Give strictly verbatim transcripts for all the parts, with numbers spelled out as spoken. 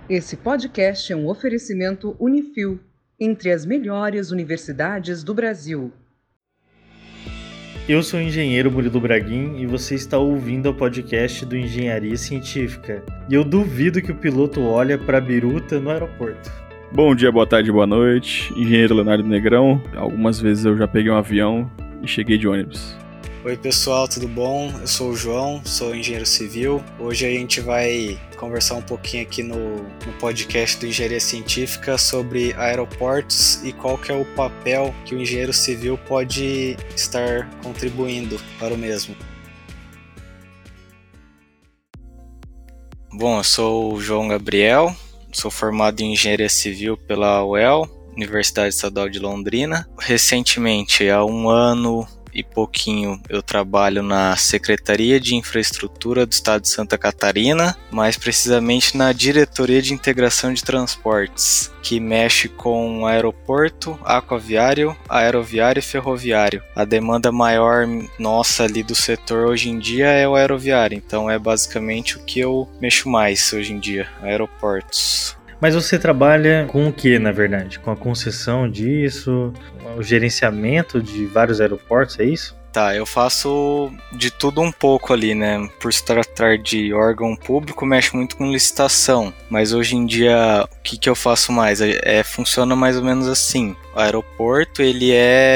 Esse podcast é um oferecimento Unifil, entre as melhores universidades do Brasil. Eu sou o engenheiro Murilo Braguin e você está ouvindo o podcast do Engenharia Científica. E eu duvido que o piloto olha para a biruta no aeroporto. Bom dia, boa tarde, boa noite. Engenheiro Leonardo Negrão. Algumas vezes eu já peguei um avião e cheguei de ônibus. Oi pessoal, tudo bom? Eu sou o João, sou engenheiro civil. Hoje a gente vai conversar um pouquinho aqui no, no podcast do Engenharia Científica sobre aeroportos e qual que é o papel que o engenheiro civil pode estar contribuindo para o mesmo. Bom, eu sou o João Gabriel, sou formado em Engenharia Civil pela U E L, Universidade Estadual de Londrina. Recentemente, há um ano e pouquinho, eu trabalho na Secretaria de Infraestrutura do Estado de Santa Catarina, mais precisamente na Diretoria de Integração de Transportes, que mexe com aeroporto, aquaviário, aeroviário e ferroviário. A demanda maior nossa ali do setor hoje em dia é o aeroviário, então é basicamente o que eu mexo mais hoje em dia, aeroportos. Mas você trabalha com o que, na verdade? Com a concessão disso, o gerenciamento de vários aeroportos, é isso? Tá, eu faço de tudo um pouco ali, né? Por se tratar de órgão público, mexe muito com licitação. Mas hoje em dia, o que, que eu faço mais? É, funciona mais ou menos assim. O aeroporto, ele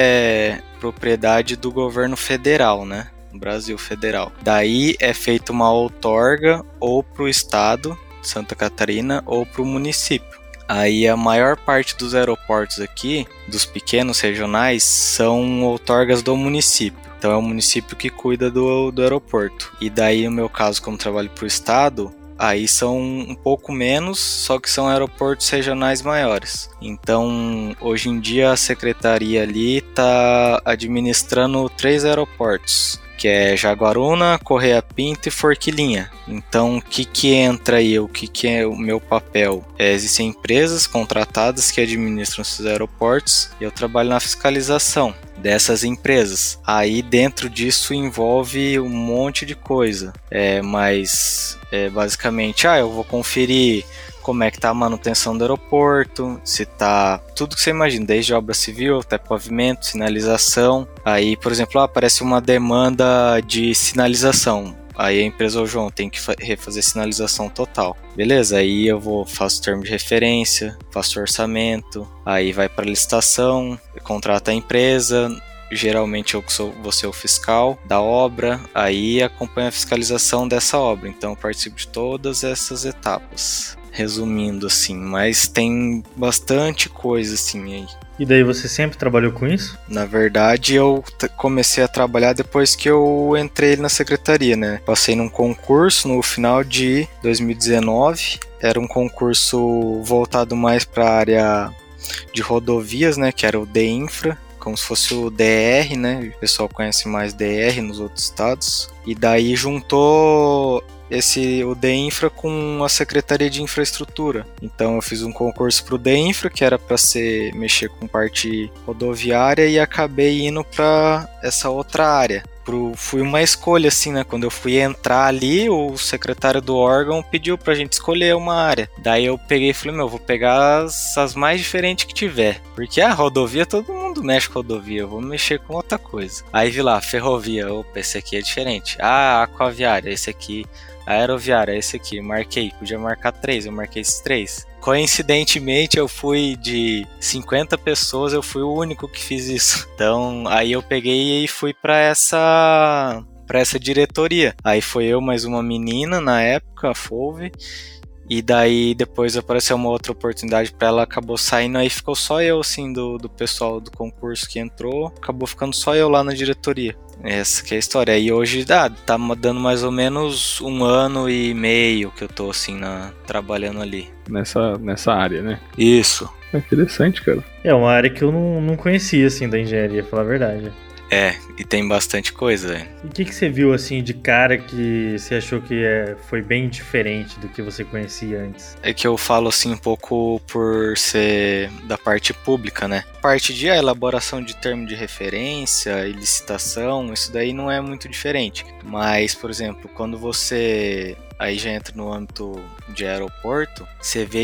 é propriedade do governo federal, né? No Brasil federal. Daí é feita uma outorga ou para o estado, Santa Catarina, ou para o município. Aí a maior parte dos aeroportos aqui, dos pequenos regionais, são outorgas do município. Então é o município que cuida do, do aeroporto. E daí, no meu caso, como trabalho para o estado, aí são um pouco menos, só que são aeroportos regionais maiores. Então, hoje em dia, a secretaria ali está administrando três aeroportos, que é Jaguaruna, Correia Pinto e Forquilinha. Então, o que que entra aí? O que que é o meu papel? É, existem empresas contratadas que administram esses aeroportos e eu trabalho na fiscalização dessas empresas. Aí, dentro disso, envolve um monte de coisa. É, mas, é, basicamente, ah, eu vou conferir como é que tá a manutenção do aeroporto, se tá tudo que você imagina, desde obra civil até pavimento, sinalização. Aí, por exemplo, ah, aparece uma demanda de sinalização. Aí a empresa, ô João, tem que refazer sinalização total. Beleza, aí eu vou, faço termo de referência, faço orçamento, aí vai para licitação, contrata a empresa. Geralmente eu sou, vou ser o fiscal da obra, aí acompanho a fiscalização dessa obra. Então eu participo de todas essas etapas. Resumindo assim, mas tem bastante coisa assim aí. E daí você sempre trabalhou com isso? Na verdade, eu t- comecei a trabalhar depois que eu entrei na secretaria, né? Passei num concurso no final de dois mil e dezenove. Era um concurso voltado mais para a área de rodovias, né? Que era o D-Infra, como se fosse o D R, né? O pessoal conhece mais D R nos outros estados. E daí juntou esse, o D-Infra com a Secretaria de Infraestrutura. Então eu fiz um concurso para o D-Infra, que era para ser mexer com parte rodoviária, e acabei indo para essa outra área. Pro, fui uma escolha assim, né? Quando eu fui entrar ali, o secretário do órgão pediu pra gente escolher uma área. Daí eu peguei e falei, meu, vou pegar as, as mais diferentes que tiver. Porque a rodovia, todo mundo mexe com rodovia, eu vou mexer com outra coisa. Aí vi lá, ferrovia, opa, esse aqui é diferente. Ah, aquaviária, esse aqui. Aeroviária, esse aqui, marquei, podia marcar três, eu marquei esses três. Coincidentemente, eu fui de cinquenta pessoas, eu fui o único que fiz isso. Então, aí eu peguei e fui pra essa, pra essa diretoria. Aí foi eu mais uma menina na época, a Fouve. E daí depois apareceu uma outra oportunidade para ela, acabou saindo, aí ficou só eu, assim, do, do pessoal do concurso que entrou, acabou ficando só eu lá na diretoria. Essa que é a história. E hoje ah, tá dando mais ou menos um ano e meio que eu tô, assim, na, trabalhando ali. Nessa, nessa área, né? Isso. É interessante, cara. É uma área que eu não, não conhecia, assim, da engenharia, pra falar a verdade. É, e tem bastante coisa, velho. E o que, que você viu, assim, de cara que você achou que é, foi bem diferente do que você conhecia antes? É que eu falo, assim, um pouco por ser da parte pública, né? Parte de a elaboração de termo de referência e licitação, isso daí não é muito diferente. Mas, por exemplo, quando você aí já entra no âmbito de aeroporto, você vê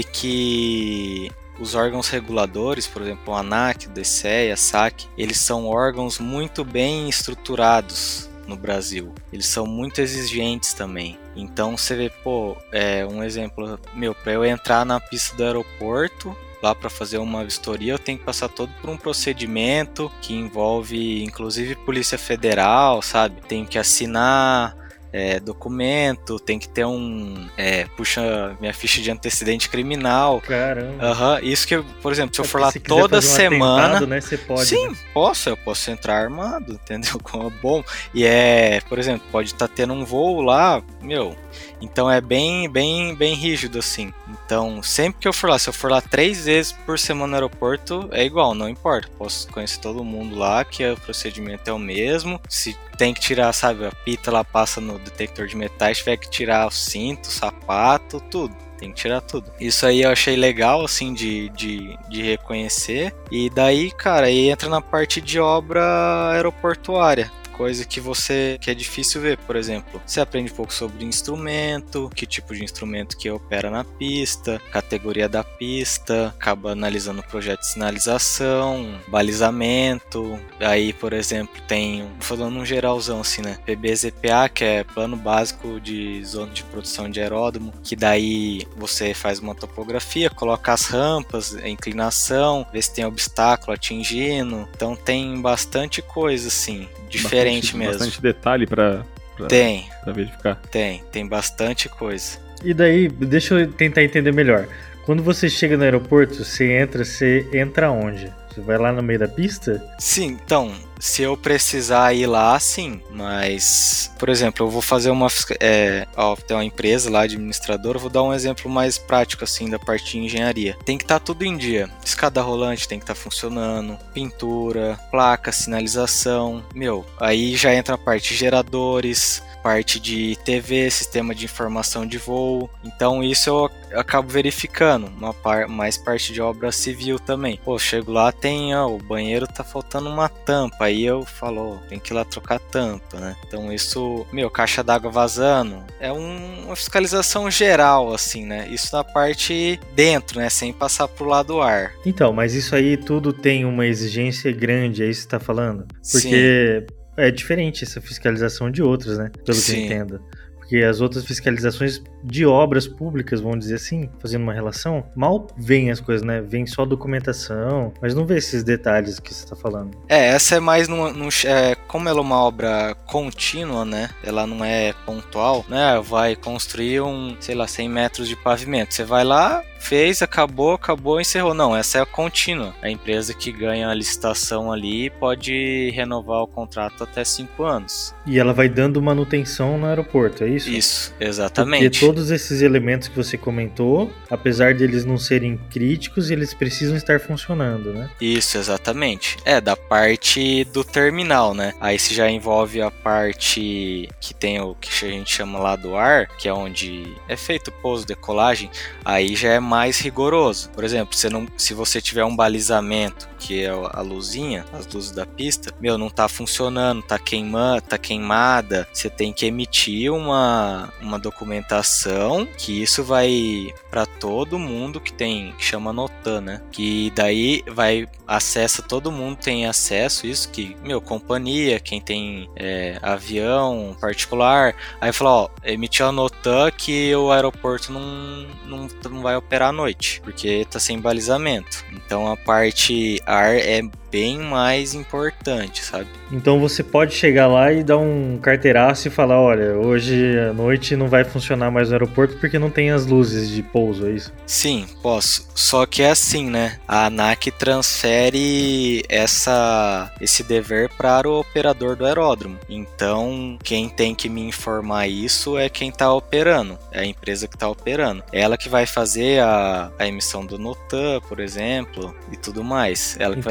que os órgãos reguladores, por exemplo, o ANAC, o DSEA, a SAC, eles são órgãos muito bem estruturados no Brasil. Eles são muito exigentes também. Então você vê, pô, é, um exemplo, meu, para eu entrar na pista do aeroporto, lá para fazer uma vistoria, eu tenho que passar todo por um procedimento que envolve, inclusive, Polícia Federal, sabe? Tenho que assinar É, documento, tem que ter um... É, puxa minha ficha de antecedente criminal. Caramba. Uhum, isso que, por exemplo, se eu É, for lá se quiser toda fazer um semana... atentado, né, você pode, sim, né? posso, eu posso entrar armado, entendeu? Como é bom. E é, por exemplo, pode estar tá tendo um voo lá, meu... Então é bem, bem, bem rígido, assim. Então, sempre que eu for lá, se eu for lá três vezes por semana no aeroporto, é igual, não importa. Posso conhecer todo mundo lá, que o procedimento é o mesmo. Se tem que tirar, sabe, a pita lá passa no detector de metais, tiver que tirar o cinto, o sapato, tudo. Tem que tirar tudo. Isso aí eu achei legal, assim, de, de, de reconhecer. E daí, cara, aí entra na parte de obra aeroportuária. Coisa que você que é difícil ver, por exemplo, você aprende um pouco sobre instrumento, que tipo de instrumento que opera na pista, categoria da pista, acaba analisando o projeto de sinalização, balizamento. Aí, por exemplo, tem, falando um geralzão assim, né, P B Z P A, que é plano básico de zona de produção de aeródromo, que daí você faz uma topografia, coloca as rampas, a inclinação, vê se tem obstáculo atingindo. Então tem bastante coisa assim, diferente bastante, mesmo. Bastante detalhe pra, pra, tem, pra verificar. Tem, tem bastante coisa. E daí, deixa eu tentar entender melhor. Quando você chega no aeroporto, você entra, você entra onde? Você vai lá no meio da pista? Sim, então, se eu precisar ir lá, sim. Mas, por exemplo, eu vou fazer uma... É, ó, tem uma empresa lá, administradora, eu vou dar um exemplo mais prático, assim, da parte de engenharia. Tem que estar tá tudo em dia. Escada rolante tem que estar tá funcionando, pintura, placa, sinalização. Meu, aí já entra a parte de geradores, parte de T V, sistema de informação de voo. Então isso eu acabo verificando, uma par, mais parte de obra civil também. Pô, chego lá, tem, ó, o banheiro tá faltando uma tampa, aí eu falo, ó, tem que ir lá trocar a tampa, né? Então isso, meu, caixa d'água vazando, é um, uma fiscalização geral, assim, né? Isso na parte dentro, né? Sem passar pro lado do ar. Então, mas isso aí tudo tem uma exigência grande, é isso que você tá falando? Porque... Sim. É diferente essa fiscalização de outras, né? Pelo Sim. que eu entendo. Porque as outras fiscalizações de obras públicas, vamos dizer assim, fazendo uma relação, mal vem as coisas, né? Vem só documentação, mas não vê esses detalhes que você está falando. É, essa é mais, no, no, é, como ela é uma obra contínua, né? Ela não é pontual, né? Vai construir um, sei lá, cem metros de pavimento. Você vai lá, fez, acabou, acabou, encerrou. Não, essa é a contínua. A empresa que ganha a licitação ali pode renovar o contrato até cinco anos. E ela vai dando manutenção no aeroporto, é isso? Isso, exatamente. Porque todos esses elementos que você comentou, apesar de eles não serem críticos, eles precisam estar funcionando, né? Isso, exatamente. É, da parte do terminal, né? Aí se já envolve a parte que tem o que a gente chama lá do ar, que é onde é feito pouso, decolagem, aí já é mais rigoroso. Por exemplo, você não, se você tiver um balizamento, que é a luzinha, as luzes da pista, meu, não tá funcionando, tá queimando, tá queimada, você tem que emitir uma, uma documentação, que isso vai para todo mundo que tem, que chama NOTAM, né? Que daí vai, acessa, todo mundo tem acesso, isso que, meu, companhia, quem tem é, avião particular, aí fala, ó, emitiu a NOTAM que o aeroporto não, não, não vai operar à noite, porque tá sem balizamento. Então a parte ar é bem mais importante, sabe? Então você pode chegar lá e dar um carteiraço e falar, olha, hoje à noite não vai funcionar mais o aeroporto porque não tem as luzes de pouso, é isso? Sim, posso. Só que é assim, né? A ANAC transfere essa, esse dever para o operador do aeródromo. Então, quem tem que me informar isso é quem está operando, é a empresa que está operando. Ela que vai fazer a, a emissão do NOTAM, por exemplo, e tudo mais. Ela que então, vai falar, ó, ela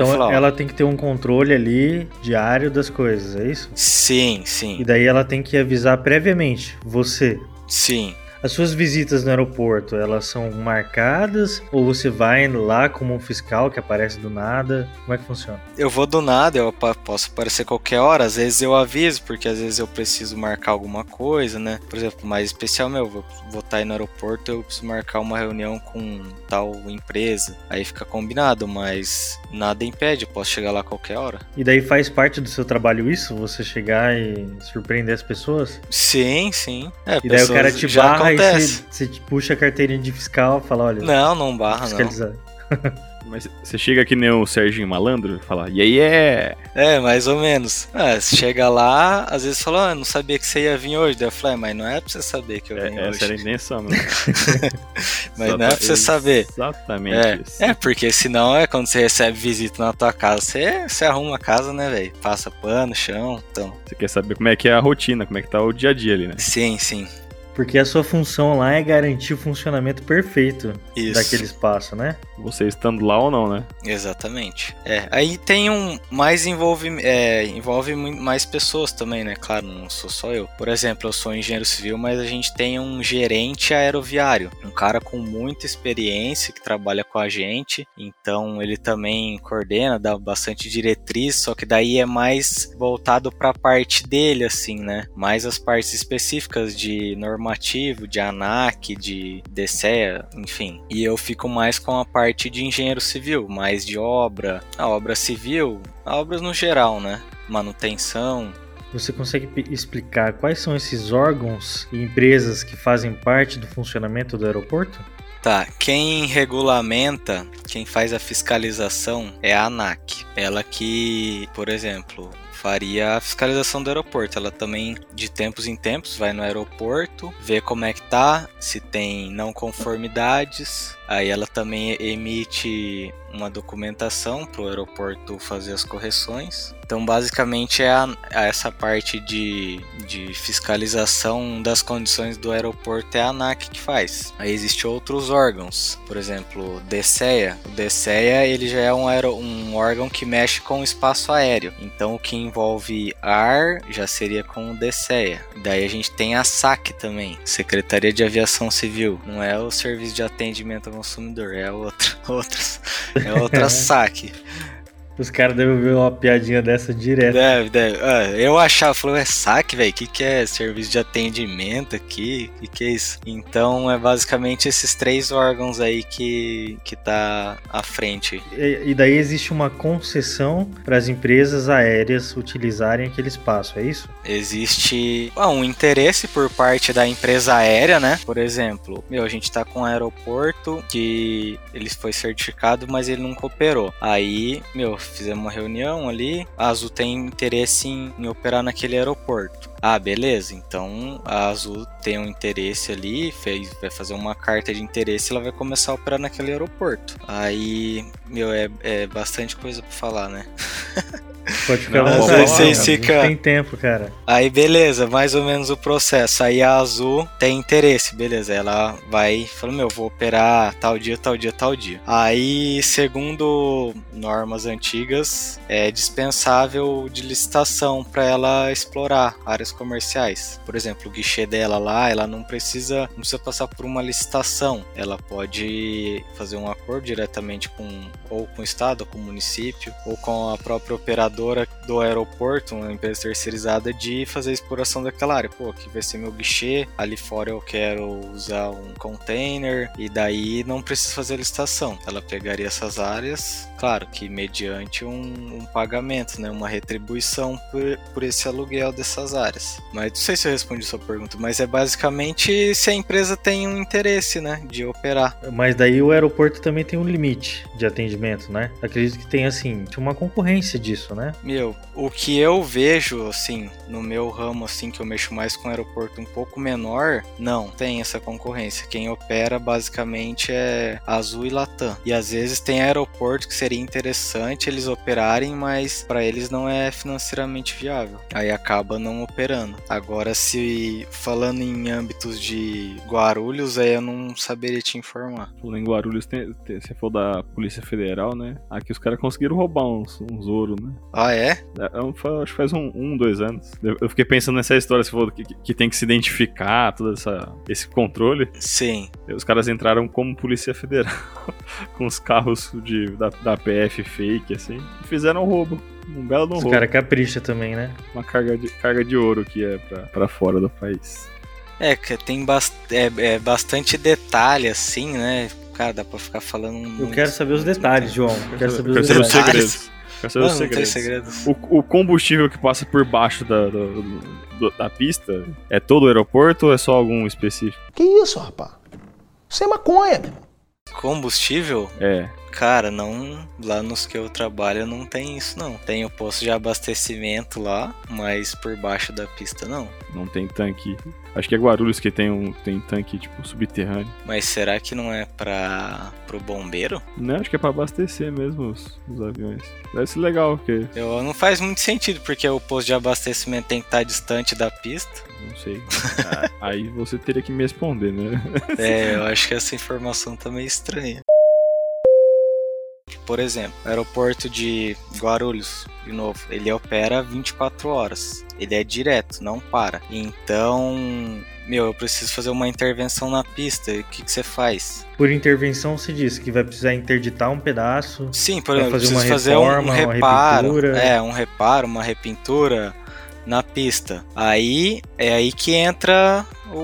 ela tem que ter um controle ali diário das coisas, é isso? Sim, sim. E daí ela tem que avisar previamente, você. Sim. As suas visitas no aeroporto, elas são marcadas ou você vai lá como um fiscal que aparece do nada? Como é que funciona? Eu vou do nada, eu posso aparecer qualquer hora, às vezes eu aviso, porque às vezes eu preciso marcar alguma coisa, né? Por exemplo, mais especial meu, vou, vou estar aí no aeroporto, eu preciso marcar uma reunião com tal empresa, aí fica combinado, mas nada impede, eu posso chegar lá a qualquer hora. E daí faz parte do seu trabalho isso? Você chegar e surpreender as pessoas? Sim, sim. É, e daí o cara te barra acontece. E você, você puxa a carteirinha de fiscal e fala, olha... Não, não barra, fiscalizar. não. Mas você chega que nem o Serginho Malandro e fala, e aí é... É, mais ou menos. Ah, você chega lá, às vezes fala, ah, não sabia que você ia vir hoje. Daí eu falei, ah, mas não é pra você saber que eu vim é, hoje. Essa era a intenção, né? Mas não é pra você saber. Exatamente é, isso. É, porque senão é quando você recebe visita na tua casa, você, você arruma a casa, né, velho? Passa pano, chão, então... Você quer saber como é que é a rotina, como é que tá o dia a dia ali, né? Sim, sim. Porque a sua função lá é garantir o funcionamento perfeito Isso. daquele espaço, né? Você estando lá ou não, né? Exatamente. É, aí tem um mais envolve, é, envolve mais pessoas também, né? Claro, não sou só eu. Por exemplo, eu sou engenheiro civil, mas a gente tem um gerente aeroviário, um cara com muita experiência que trabalha com a gente, então ele também coordena, dá bastante diretriz, só que daí é mais voltado para a parte dele, assim, né? Mais as partes específicas de normativo, de ANAC, de DSEA, enfim. E eu fico mais com a parte de engenheiro civil, mais de obra, a obra civil, a obras no geral, né? Manutenção. Você consegue explicar quais são esses órgãos e empresas que fazem parte do funcionamento do aeroporto? Tá, quem regulamenta, quem faz a fiscalização é a ANAC. Ela que, por exemplo, faria a fiscalização do aeroporto. Ela também, de tempos em tempos, vai no aeroporto, vê como é que tá, se tem não conformidades. Aí ela também emite uma documentação para o aeroporto fazer as correções. Então, basicamente, é a, a essa parte de, de fiscalização das condições do aeroporto é a ANAC que faz. Aí existem outros órgãos, por exemplo, o DSEA. O DSEA ele já é um, aero, um órgão que mexe com o espaço aéreo. Então, o que envolve ar já seria com o DSEA. Daí a gente tem a SAC também, Secretaria de Aviação Civil. Não é o Serviço de Atendimento ao Consumidor, é outra, outras, é outra SAC. Os caras devem ver uma piadinha dessa direto. Deve, deve. Ah, eu achava, falou, é saque, velho, o que, que é serviço de atendimento aqui? O que, que é isso? Então, é basicamente esses três órgãos aí que, que tá à frente. E, e daí existe uma concessão para as empresas aéreas utilizarem aquele espaço, é isso? Existe ah, um interesse por parte da empresa aérea, né? Por exemplo, meu, a gente tá com um aeroporto que ele foi certificado, mas ele nunca operou. Aí, meu, fizemos uma reunião ali, a Azul tem interesse em, em operar naquele aeroporto. Ah, beleza, então a Azul tem um interesse ali, fez, vai fazer uma carta de interesse e ela vai começar a operar naquele aeroporto. Aí, meu, é, é bastante coisa pra falar, né? Pode ficar Não, não, sei sei, se fica... tem tempo, cara. Aí beleza, mais ou menos o processo. Aí a Azul tem interesse, beleza. Ela vai fala, meu, vou operar tal dia, tal dia, tal dia. Aí, segundo normas antigas, é dispensável de licitação para ela explorar áreas comerciais. Por exemplo, o guichê dela lá, ela não precisa, não precisa passar por uma licitação. Ela pode fazer um acordo diretamente com ou com o estado, ou com o município, ou com a própria operadora do aeroporto, uma empresa terceirizada, de fazer a exploração daquela área. Pô, aqui vai ser meu guichê, ali fora eu quero usar um container, e daí não precisa fazer licitação. Ela pegaria essas áreas, claro que mediante um, um pagamento, né, uma retribuição por, por esse aluguel dessas áreas. Mas não sei se eu respondi a sua pergunta, mas é basicamente se a empresa tem um interesse, né, de operar. Mas daí o aeroporto também tem um limite de atendimento, né? Acredito que tem, assim, uma concorrência disso, né? Meu, o que eu vejo, assim, no meu ramo, assim, que eu mexo mais com aeroporto um pouco menor, não tem essa concorrência. Quem opera, basicamente, é Azul e Latam. E às vezes tem aeroporto que seria interessante eles operarem, mas para eles não é financeiramente viável. Aí acaba não operando. Agora, se falando em âmbitos de Guarulhos, aí eu não saberia te informar. Falando em Guarulhos, tem, tem, você falou da Polícia Federal, né? Aqui os caras conseguiram roubar uns, uns ouro, né? Ah, é? é acho que faz um, um, dois anos. Eu, eu fiquei pensando nessa história, você falou que, que tem que se identificar, todo essa, esse controle. Sim. Os caras entraram como Polícia Federal, com os carros de, da, da P F fake, assim, e fizeram um roubo. Um belo de um Os roubo. caras capricha também, né? Uma carga de, carga de ouro que é pra, pra fora do país. É, que tem bast- é, é bastante detalhe, assim, né? Cara, dá pra ficar falando... Eu muito, quero saber os detalhes, João. Eu quero saber Quero os saber os detalhes. segredos. Quero saber Não, os não tem segredos. segredos. O, o combustível que passa por baixo da, do, do, da pista é todo o aeroporto ou é só algum específico? Que isso, rapaz? Isso é maconha, meu irmão. Combustível? É. Cara, não, lá nos que eu trabalho não tem isso não. Tem o posto de abastecimento lá, mas por baixo da pista não. Não tem tanque. Acho que é Guarulhos que tem um tem tanque tipo subterrâneo. Mas será que não é pra pro bombeiro? Não, acho que é pra abastecer mesmo os, os aviões. Deve ser legal, porque... Eu, não faz muito sentido, porque o posto de abastecimento tem que estar distante da pista. Não sei. Aí você teria que me responder, né? É, eu acho que essa informação tá meio estranha. Por exemplo, o aeroporto de Guarulhos, de novo, ele opera vinte e quatro horas. Ele é direto, não para. Então, meu, eu preciso fazer uma intervenção na pista. O que, que você faz? Por intervenção, se diz que vai precisar interditar um pedaço. Sim, por vai exemplo, eu fazer preciso uma fazer reforma, um reparo. uma repintura. É, um reparo, uma repintura na pista. Aí é aí que entra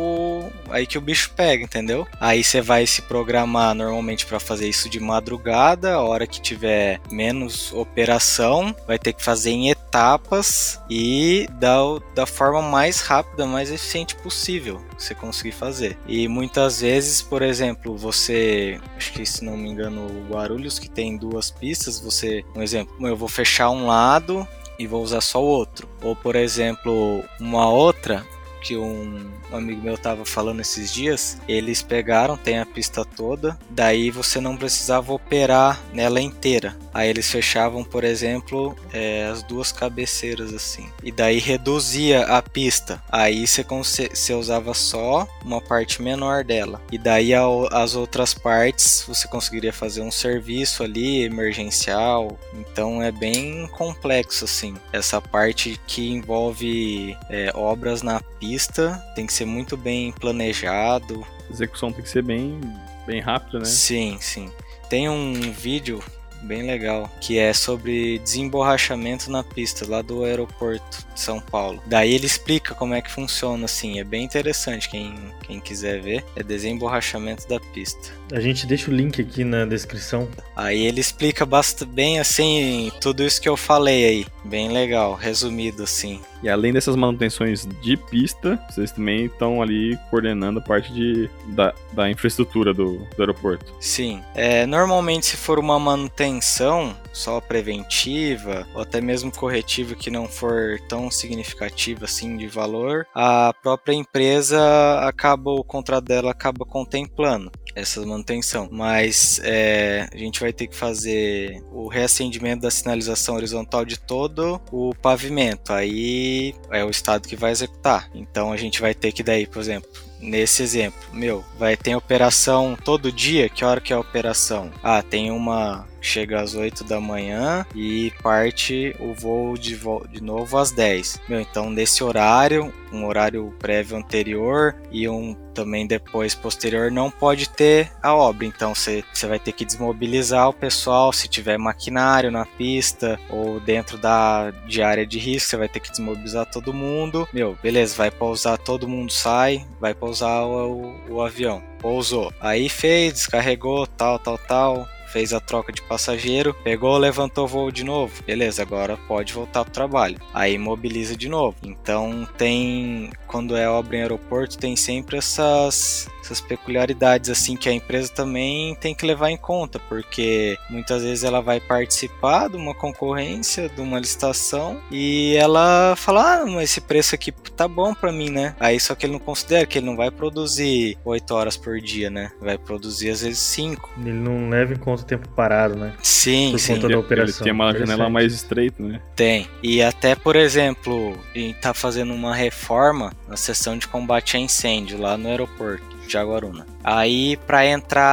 o aí que o bicho pega, entendeu? Aí você vai se programar normalmente para fazer isso de madrugada, a hora que tiver menos operação, vai ter que fazer em etapas e da, da forma mais rápida, mais eficiente possível que você conseguir fazer. E muitas vezes, por exemplo, você, acho que se não me engano, o Guarulhos que tem duas pistas, você, um exemplo, eu vou fechar um lado e vou usar só o outro. Ou, por exemplo, uma outra que um, um amigo meu tava falando esses dias, eles pegaram, tem a pista toda, daí você não precisava operar nela inteira. Aí eles fechavam, por exemplo, é, as duas cabeceiras assim, e daí reduzia a pista. Aí você, você usava só uma parte menor dela, e daí a, as outras partes você conseguiria fazer um serviço ali emergencial. Então é bem complexo assim, essa parte que envolve é, obras na pista tem que ser muito bem planejado. A execução tem que ser bem, bem rápida, né? Sim, sim. Tem um vídeo bem legal que é sobre desemborrachamento na pista lá do aeroporto de São Paulo. Daí ele explica como é que funciona, assim, é bem interessante, quem, quem quiser ver, é desemborrachamento da pista. A gente deixa o link aqui na descrição. Aí ele explica bastante bem, assim, tudo isso que eu falei aí, bem legal, resumido, assim. E além dessas manutenções de pista, vocês também estão ali coordenando a parte de, da, da infraestrutura do, do aeroporto. Sim. É, normalmente, se for uma manutenção só preventiva, ou até mesmo corretiva que não for tão significativa assim de valor, a própria empresa acaba, o contrato dela acaba contemplando essa manutenção. Mas é, a gente vai ter que fazer o reacendimento da sinalização horizontal de todo o pavimento. Aí é o estado que vai executar. Então a gente vai ter que daí, por exemplo, nesse exemplo, meu, vai ter operação todo dia? Que hora que é a operação? Ah, tem uma... chega às oito da manhã e parte o voo de, vo- de novo às dez. Meu, então nesse horário, um horário prévio anterior e um também depois posterior, não pode ter a obra. Então você vai ter que desmobilizar o pessoal, se tiver maquinário na pista ou dentro da de área de risco, você vai ter que desmobilizar todo mundo. Meu, beleza, vai pousar, todo mundo sai, vai pousar o, o, o avião. Pousou. Aí fez, descarregou, tal, tal, tal. Fez a troca de passageiro, pegou, levantou o voo de novo. Beleza, agora pode voltar pro trabalho. Aí mobiliza de novo. Então tem, quando é obra em aeroporto, tem sempre essas essas peculiaridades assim que a empresa também tem que levar em conta, porque muitas vezes ela vai participar de uma concorrência, de uma licitação, e ela fala, ah, mas esse preço aqui tá bom pra mim, né? Aí só que ele não considera que ele não vai produzir oito horas por dia, né? Vai produzir às vezes cinco. Ele não leva em conta o tempo parado, né? Sim, por sim. conta da operação. Ele tem uma janela mais estreita, né? Tem. E até, por exemplo, a gente tá fazendo uma reforma na seção de combate a incêndio lá no aeroporto de Jaguaruna. Aí, pra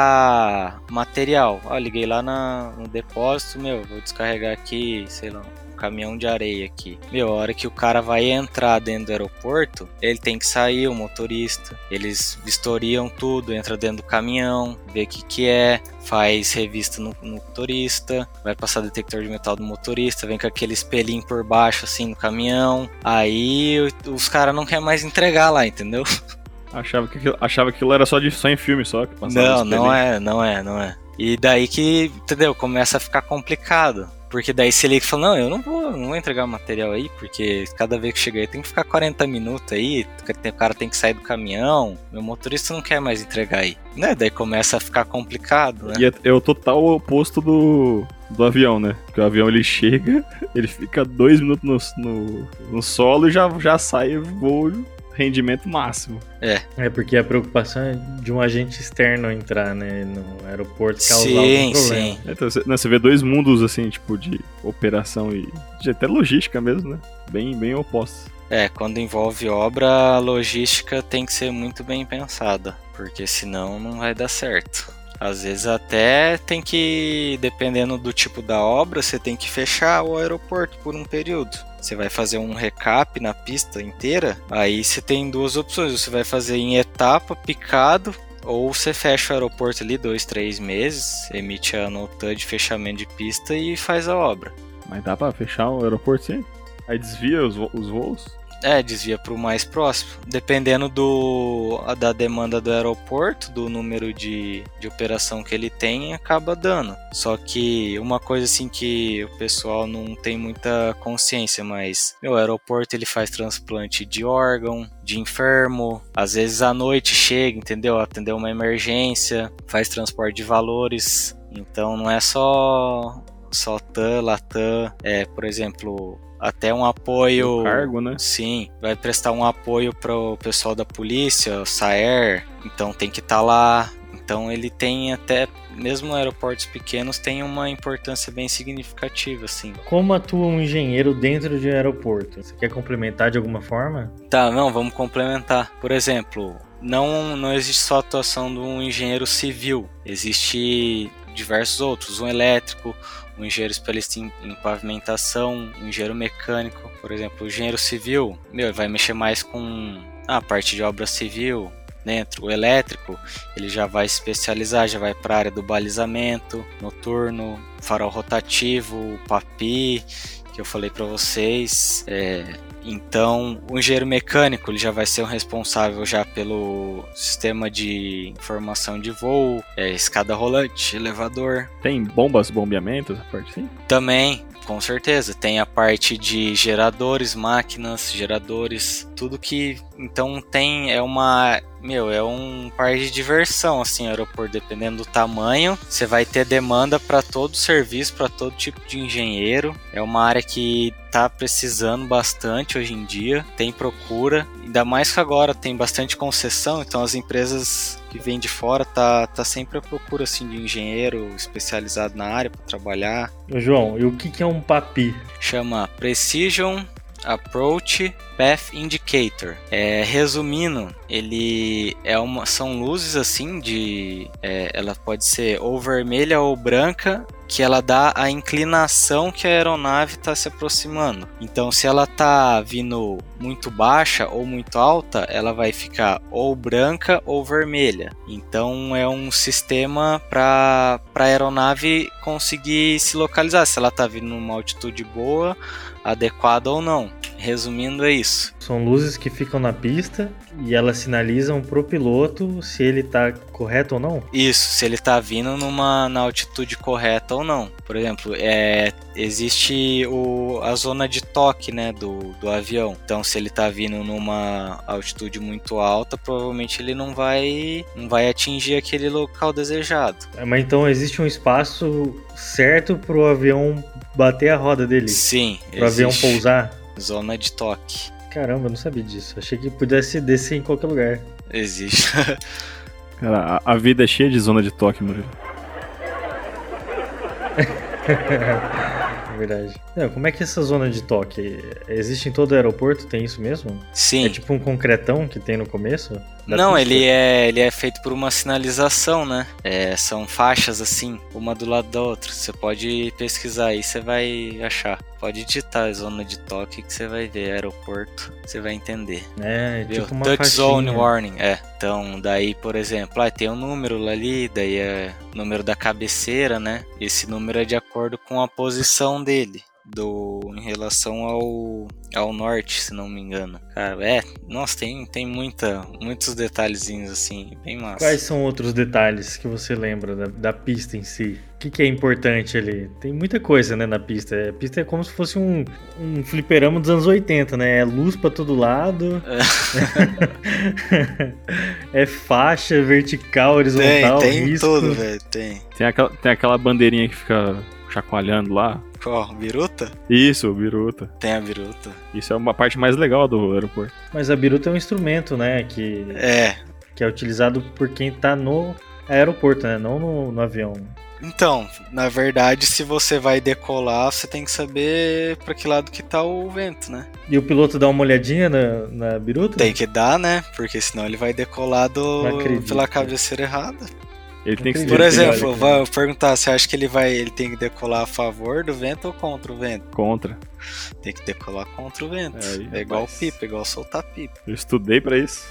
entrar material, ó, liguei lá na, no depósito, meu, vou descarregar aqui, sei lá, um caminhão de areia aqui. Meu, a hora que o cara vai entrar dentro do aeroporto, ele tem que sair, o motorista. Eles vistoriam tudo, entra dentro do caminhão, vê o que que é, faz revista no, no motorista, vai passar detector de metal do motorista, vem com aquele espelhinho por baixo, assim, no caminhão. Aí, os caras não querem mais entregar lá, entendeu? Achava que aquilo, achava que aquilo era só, de, só em filme, só. Que não, não é, não é, não é. E daí que, entendeu, começa a ficar complicado. Porque daí se ele fala, não, eu não vou, não vou entregar material aí, porque cada vez que chega aí tem que ficar quarenta minutos aí, o cara tem que sair do caminhão, meu motorista não quer mais entregar aí. Né? Daí começa a ficar complicado, né? E é, é o total oposto do, do avião, né? Porque o avião ele chega, ele fica dois minutos no, no, no solo e já, já sai voo. Rendimento máximo. É. É porque a preocupação é de um agente externo entrar, né, no aeroporto, causar sim, algum problema. Sim. Então, você, né, você vê dois mundos, assim, tipo, de operação e de até logística mesmo, né? Bem, bem opostos. É, quando envolve obra, a logística tem que ser muito bem pensada, porque senão não vai dar certo. Às vezes até tem que, dependendo do tipo da obra, você tem que fechar o aeroporto por um período. Você vai fazer um recap na pista inteira, aí você tem duas opções. Você vai fazer em etapa, picado, ou você fecha o aeroporto ali dois, três meses, emite a nota de fechamento de pista e faz a obra. Mas dá pra fechar o aeroporto sim? Aí desvia os, vo- os voos? É, desvia para o mais próximo. Dependendo do, da demanda do aeroporto, do número de, de operação que ele tem, acaba dando. Só que uma coisa assim que o pessoal não tem muita consciência, mas meu, o aeroporto ele faz transplante de órgão, de enfermo, às vezes à noite chega, entendeu? Atender uma emergência, faz transporte de valores. Então não é só, só T A M, Latam, é, por exemplo... Até um apoio... O cargo, né? Sim, vai prestar um apoio para o pessoal da polícia, o SAER, então tem que estar lá. Então ele tem até, mesmo aeroportos pequenos, tem uma importância bem significativa, assim. Como atua um engenheiro dentro de um aeroporto? Você quer complementar de alguma forma? Tá, não, vamos complementar. Por exemplo, não, não existe só a atuação de um engenheiro civil, existe diversos outros, um elétrico, um engenheiro especialista em, em pavimentação, um engenheiro mecânico, por exemplo, o engenheiro civil, meu, vai mexer mais com a parte de obra civil dentro, o elétrico, ele já vai se especializar, já vai para a área do balizamento, noturno, farol rotativo, o papi, que eu falei para vocês, é... Então, o engenheiro mecânico ele já vai ser o responsável já pelo sistema de informação de voo, é, escada rolante, elevador. Tem bombas, bombeamento, essa parte sim? Também, com certeza. Tem a parte de geradores, máquinas, geradores, tudo que... Então tem, é uma... Meu, é um parque de diversão, assim, o aeroporto, dependendo do tamanho. Você vai ter demanda para todo serviço, para todo tipo de engenheiro. É uma área que tá precisando bastante hoje em dia, tem procura. Ainda mais que agora tem bastante concessão, então as empresas que vêm de fora tá, tá sempre à procura, assim, de engenheiro especializado na área para trabalhar. Ô, João, e o que que é um papi? Chama Precision Approach Path Indicator. É, resumindo, ele é uma, são luzes assim de, é, ela pode ser ou vermelha ou branca, que ela dá a inclinação que a aeronave está se aproximando. Então, se ela está vindo muito baixa ou muito alta, ela vai ficar ou branca ou vermelha. Então, é um sistema para a aeronave conseguir se localizar. Se ela está vindo numa altitude boa, a adequada ou não. Resumindo, é isso. São luzes que ficam na pista e elas sinalizam pro piloto se ele tá correto ou não? Isso, se ele tá vindo numa, na altitude correta ou não. Por exemplo, é, existe o, a zona de toque, né, do, do avião. Então, se ele tá vindo numa altitude muito alta, provavelmente ele não vai, não vai atingir aquele local desejado. Mas então existe um espaço certo pro avião bater a roda dele? Sim, pro existe. avião pousar? Zona de toque. Caramba, eu não sabia disso. Achei que pudesse descer em qualquer lugar. Existe. Cara, a, a vida é cheia de zona de toque, Murilo. É verdade. Não, como é que é essa zona de toque? Existe em todo aeroporto? Tem isso mesmo? Sim. É tipo um concretão que tem no começo? Não, pista? ele é, ele é feito por uma sinalização, né? É, são faixas assim, uma do lado da outra. Você pode pesquisar aí, você vai achar. Pode digitar zona de toque que você vai ver aeroporto, você vai entender. É, Viu? tipo uma Touch faixinha. Zone Warning, é. Então, daí, por exemplo, ah, tem um número ali, daí é o número da cabeceira, né? Esse número é de acordo com a posição dele. Do, em relação ao, ao norte, se não me engano. Cara, é, nossa, tem, tem muita, muitos detalhezinhos assim, bem massa. Quais são outros detalhes que você lembra da, da pista em si? O que, que é importante ali? Tem muita coisa, né, na pista. A pista é como se fosse um, um fliperama dos anos oitenta, né? É luz pra todo lado. É, é faixa vertical, horizontal, Tem, tem risco. tudo, velho, tem. Tem aquela, tem aquela bandeirinha que fica chacoalhando lá. Qual? Biruta? Isso, biruta. Tem a biruta. Isso é uma parte mais legal do aeroporto. Mas a biruta é um instrumento, né? Que É. que é utilizado por quem tá no aeroporto, né? Não no, no avião. Então, na verdade, se você vai decolar, você tem que saber pra que lado que tá o vento, né? E o piloto dá uma olhadinha na, na biruta? Tem que dar, né? Porque senão ele vai decolar do, Não acredito. pela cabeceira errada. Ele tem que Por ser. Por ele tem que- exemplo, vai perguntar, você acha que ele vai, ele tem que decolar a favor do vento ou contra o vento? Contra. Tem que decolar contra o vento. Aí, É igual rapaz. pipa, igual soltar pipa. Eu estudei pra isso.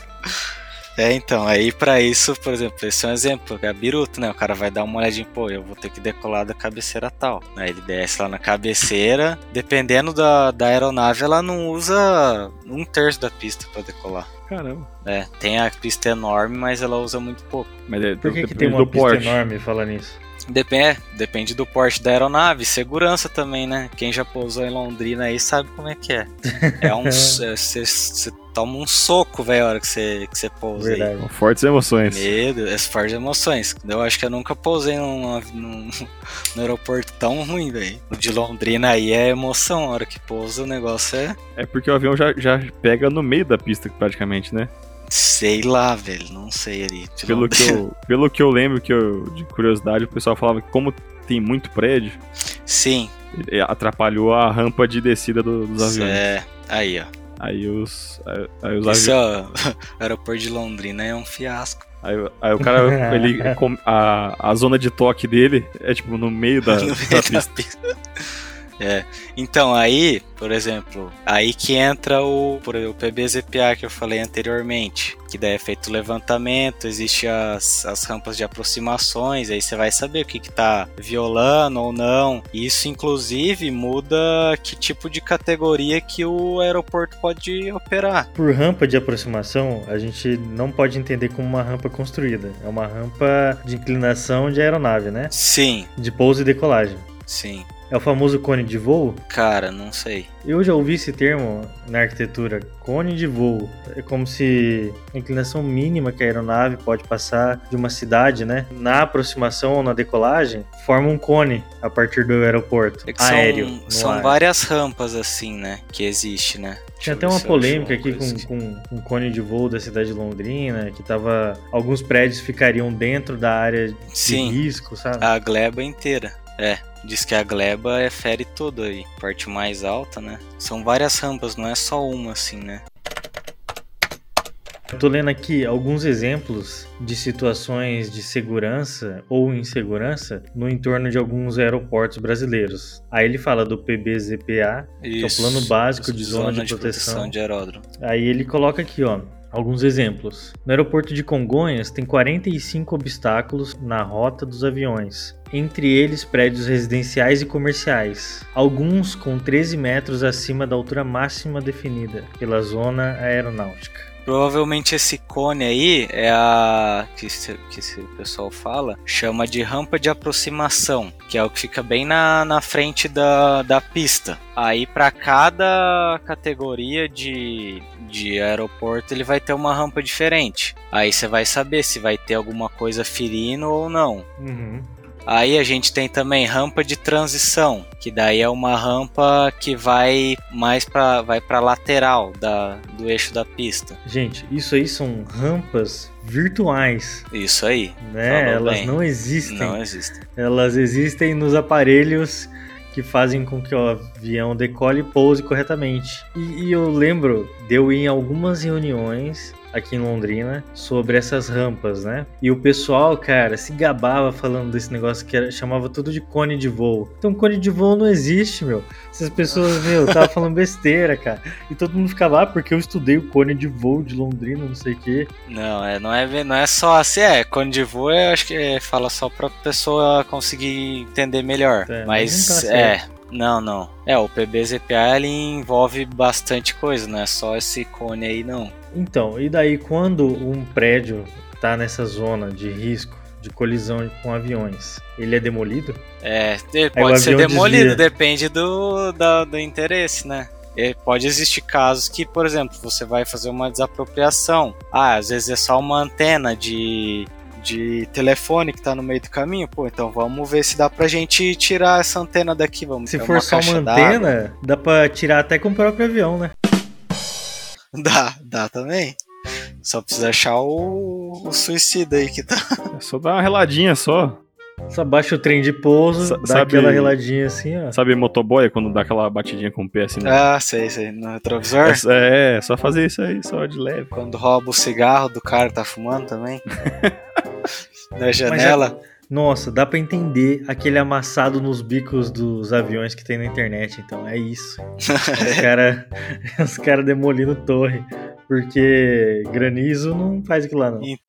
É, então, aí pra isso, por exemplo, esse é um exemplo, é a biruta, né? O cara vai dar uma olhadinha, pô, eu vou ter que decolar da cabeceira tal. Aí ele desce lá na cabeceira, dependendo da, da aeronave, ela não usa um terço da pista pra decolar. Caramba. É, tem a pista enorme, mas ela usa muito pouco. Mas é, Por que, que depende tem uma do pista porte. enorme falando nisso? Depende, é, depende do porte da aeronave, segurança também, né? Quem já pousou em Londrina aí sabe como é que é. É um. Você toma um soco, velho, a hora que você que você pousa aí. Verdade. Com fortes emoções. Medo, as fortes emoções. Eu acho que eu nunca pousei num, num, num aeroporto tão ruim, velho. O de Londrina aí é emoção, a hora que pousa o negócio é. É porque o avião já, já pega no meio da pista, praticamente, né? Sei lá, velho, não sei ali. De Pelo que, Londrina. eu, pelo que eu lembro, que eu, de curiosidade, o pessoal falava que como tem muito prédio, Sim, ele atrapalhou a rampa de descida do- dos aviões. é. Aí, ó. Aí os, aí, aí os Esse aviões. ó, o aeroporto de Londrina é um fiasco. Aí, aí o cara, ele, com- a, a zona de toque dele é tipo no meio da, No da meio da pista. pista. É. Então, aí, por exemplo, aí que entra o, por exemplo, o P B Z P A que eu falei anteriormente, que daí é feito o levantamento, existe as, as rampas de aproximações, aí você vai saber o que que tá violando ou não. E isso, inclusive, muda que tipo de categoria que o aeroporto pode operar. Por rampa de aproximação, a gente não pode entender como uma rampa construída. É uma rampa de inclinação de aeronave, né? Sim, De pouso e decolagem. sim. É o famoso cone de voo. Cara, não sei. Eu já ouvi esse termo na arquitetura, cone de voo. É como se a inclinação mínima que a aeronave pode passar de uma cidade, né? Na aproximação ou na decolagem, forma um cone a partir do aeroporto É que aéreo. são, no são ar. várias rampas assim, né? Que existe, né? Deixa Tinha eu até ver uma se eu polêmica acho aqui uma coisa com, com um cone de voo da cidade de Londrina, que tava. Alguns prédios ficariam dentro da área de Sim. risco, sabe? A gleba inteira. É, diz que a gleba é fere tudo aí. Parte mais alta, né? São várias rampas, não é só uma assim, né? Eu tô lendo aqui alguns exemplos de situações de segurança ou insegurança no entorno de alguns aeroportos brasileiros. Aí ele fala do P B Z P A, que é o Plano Básico de Zona, de Proteção. de aeródromo. Aí ele coloca aqui, ó. Alguns exemplos. No aeroporto de Congonhas tem quarenta e cinco obstáculos na rota dos aviões, entre eles prédios residenciais e comerciais, alguns com treze metros acima da altura máxima definida pela zona aeronáutica. Provavelmente esse cone aí é a que, se, que se o pessoal fala, chama de rampa de aproximação, que é o que fica bem na, na frente da, da pista. Aí para cada categoria de, de aeroporto ele vai ter uma rampa diferente. Aí você vai saber se vai ter alguma coisa ferindo ou não. Uhum. Aí a gente tem também rampa de transição, que daí é uma rampa que vai mais para vai para lateral da, do eixo da pista. Gente, isso aí são rampas virtuais. Isso aí. Né? Elas bem. não existem. Não existem. Elas existem nos aparelhos que fazem com que o avião decole e pouse corretamente. E, e eu lembro de eu ir em algumas reuniões aqui em Londrina sobre essas rampas, né? E o pessoal, cara, se gabava falando desse negócio que era, chamava tudo de cone de voo. Então cone de voo não existe, meu. Essas pessoas, meu, tava falando besteira, cara. E todo mundo ficava, ah, porque eu estudei o cone de voo de Londrina, não sei o quê. Não, é, não, é, não é só assim, é, cone de voo eu acho que é, fala só pra pessoa conseguir entender melhor. É, mas, mas tá é... Não, não. É, o P B Z P A ele envolve bastante coisa, não é só esse cone aí, não. Então, e daí quando um prédio tá nessa zona de risco de colisão com aviões, ele é demolido? É, ele pode ser demolido, desvia. Depende do, da, do interesse, né? E pode existir casos que, por exemplo, você vai fazer uma desapropriação. Ah, às vezes é só uma antena de... de telefone que tá no meio do caminho, pô, então vamos ver se dá pra gente tirar essa antena daqui, vamos. Se for uma só uma antena, d'água. Dá pra tirar até com o próprio avião, né? Dá, dá também. Só precisa achar o, o suicida aí que tá. É só dar uma reladinha só. Só baixa o trem de pouso, S- dá sabe, aquela reladinha assim, ó. Sabe motoboy, quando dá aquela batidinha com o pé assim, né? Ah, sei, sei, no retrovisor? É, é, só fazer isso aí, só de leve. Quando rouba o cigarro do cara que tá fumando também. Na janela. É, nossa, dá pra entender aquele amassado nos bicos dos aviões que tem na internet, então, é isso. Os caras os cara demolindo torre, porque granizo não faz aquilo lá, não. E...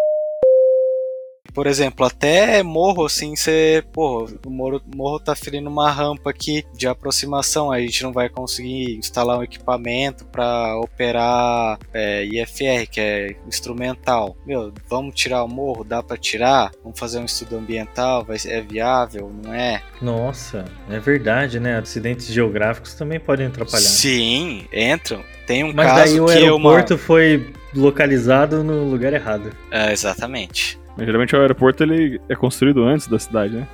Por exemplo, até morro, assim, você... Porra, o morro, morro tá ferindo uma rampa aqui de aproximação. A gente não vai conseguir instalar um equipamento para operar é, I F R, que é instrumental. Meu, vamos tirar o morro? Dá para tirar? Vamos fazer um estudo ambiental? Vai, é viável? Não é? Nossa, é verdade, né? Acidentes geográficos também podem atrapalhar. Sim, entram. Tem um Mas caso daí o que aeroporto uma... foi localizado no lugar errado. É, exatamente. Mas, geralmente o aeroporto ele é construído antes da cidade, né?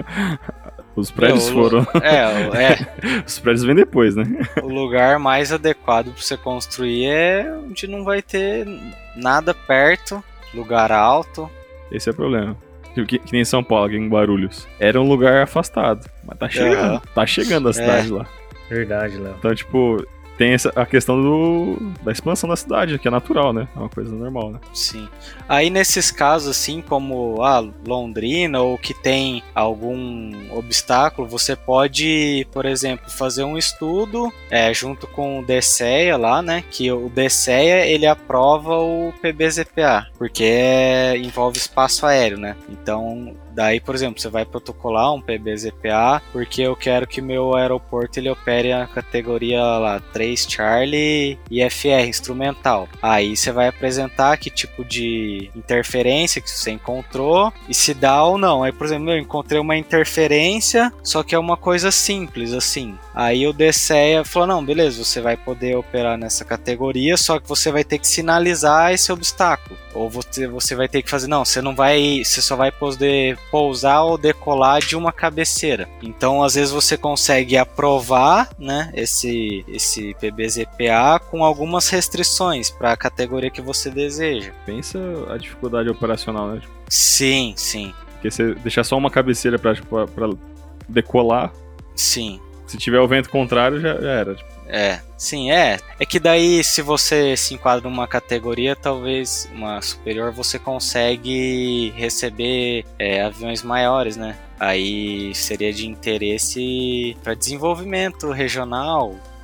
Os prédios é, o, foram... É, é. Os prédios vêm depois, né? O lugar mais adequado para você construir é onde não vai ter nada perto, lugar alto. Esse é o problema. Que, que nem São Paulo, aqui em Guarulhos. Era um lugar afastado, mas tá chegando. Uhum. Tá chegando a cidade é. lá. Verdade, Léo. Então, tipo... Tem essa, a questão do, da expansão da cidade, que é natural, né? É uma coisa normal, né? Sim. Aí nesses casos, assim, como a ah, Londrina, ou que tem algum obstáculo, você pode, por exemplo, fazer um estudo é, junto com o DSEA lá, né? Que o DSEA, ele aprova o P B Z P A, porque é, envolve espaço aéreo, né? Então... Daí, por exemplo, você vai protocolar um P B Z P A porque eu quero que meu aeroporto ele opere a categoria lá três Charlie I F R instrumental. Aí você vai apresentar que tipo de interferência que você encontrou e se dá ou não. Aí, por exemplo, eu encontrei uma interferência, só que é uma coisa simples assim. Aí o DSEA falou, não, beleza, você vai poder operar nessa categoria, só que você vai ter que sinalizar esse obstáculo. Ou você, você vai ter que fazer, não, você não vai, você só vai poder pousar ou decolar de uma cabeceira. Então, às vezes você consegue aprovar, né, esse, esse P B Z P A com algumas restrições para a categoria que você deseja. Pensa a dificuldade operacional, né? Sim, sim. Porque você deixar só uma cabeceira para tipo, decolar. Sim. Se tiver o vento contrário, já, já era. Tipo. É, sim, é. É que daí, se você se enquadra numa categoria, talvez uma superior, você consegue receber é, aviões maiores, né? Aí seria de interesse para desenvolvimento regional,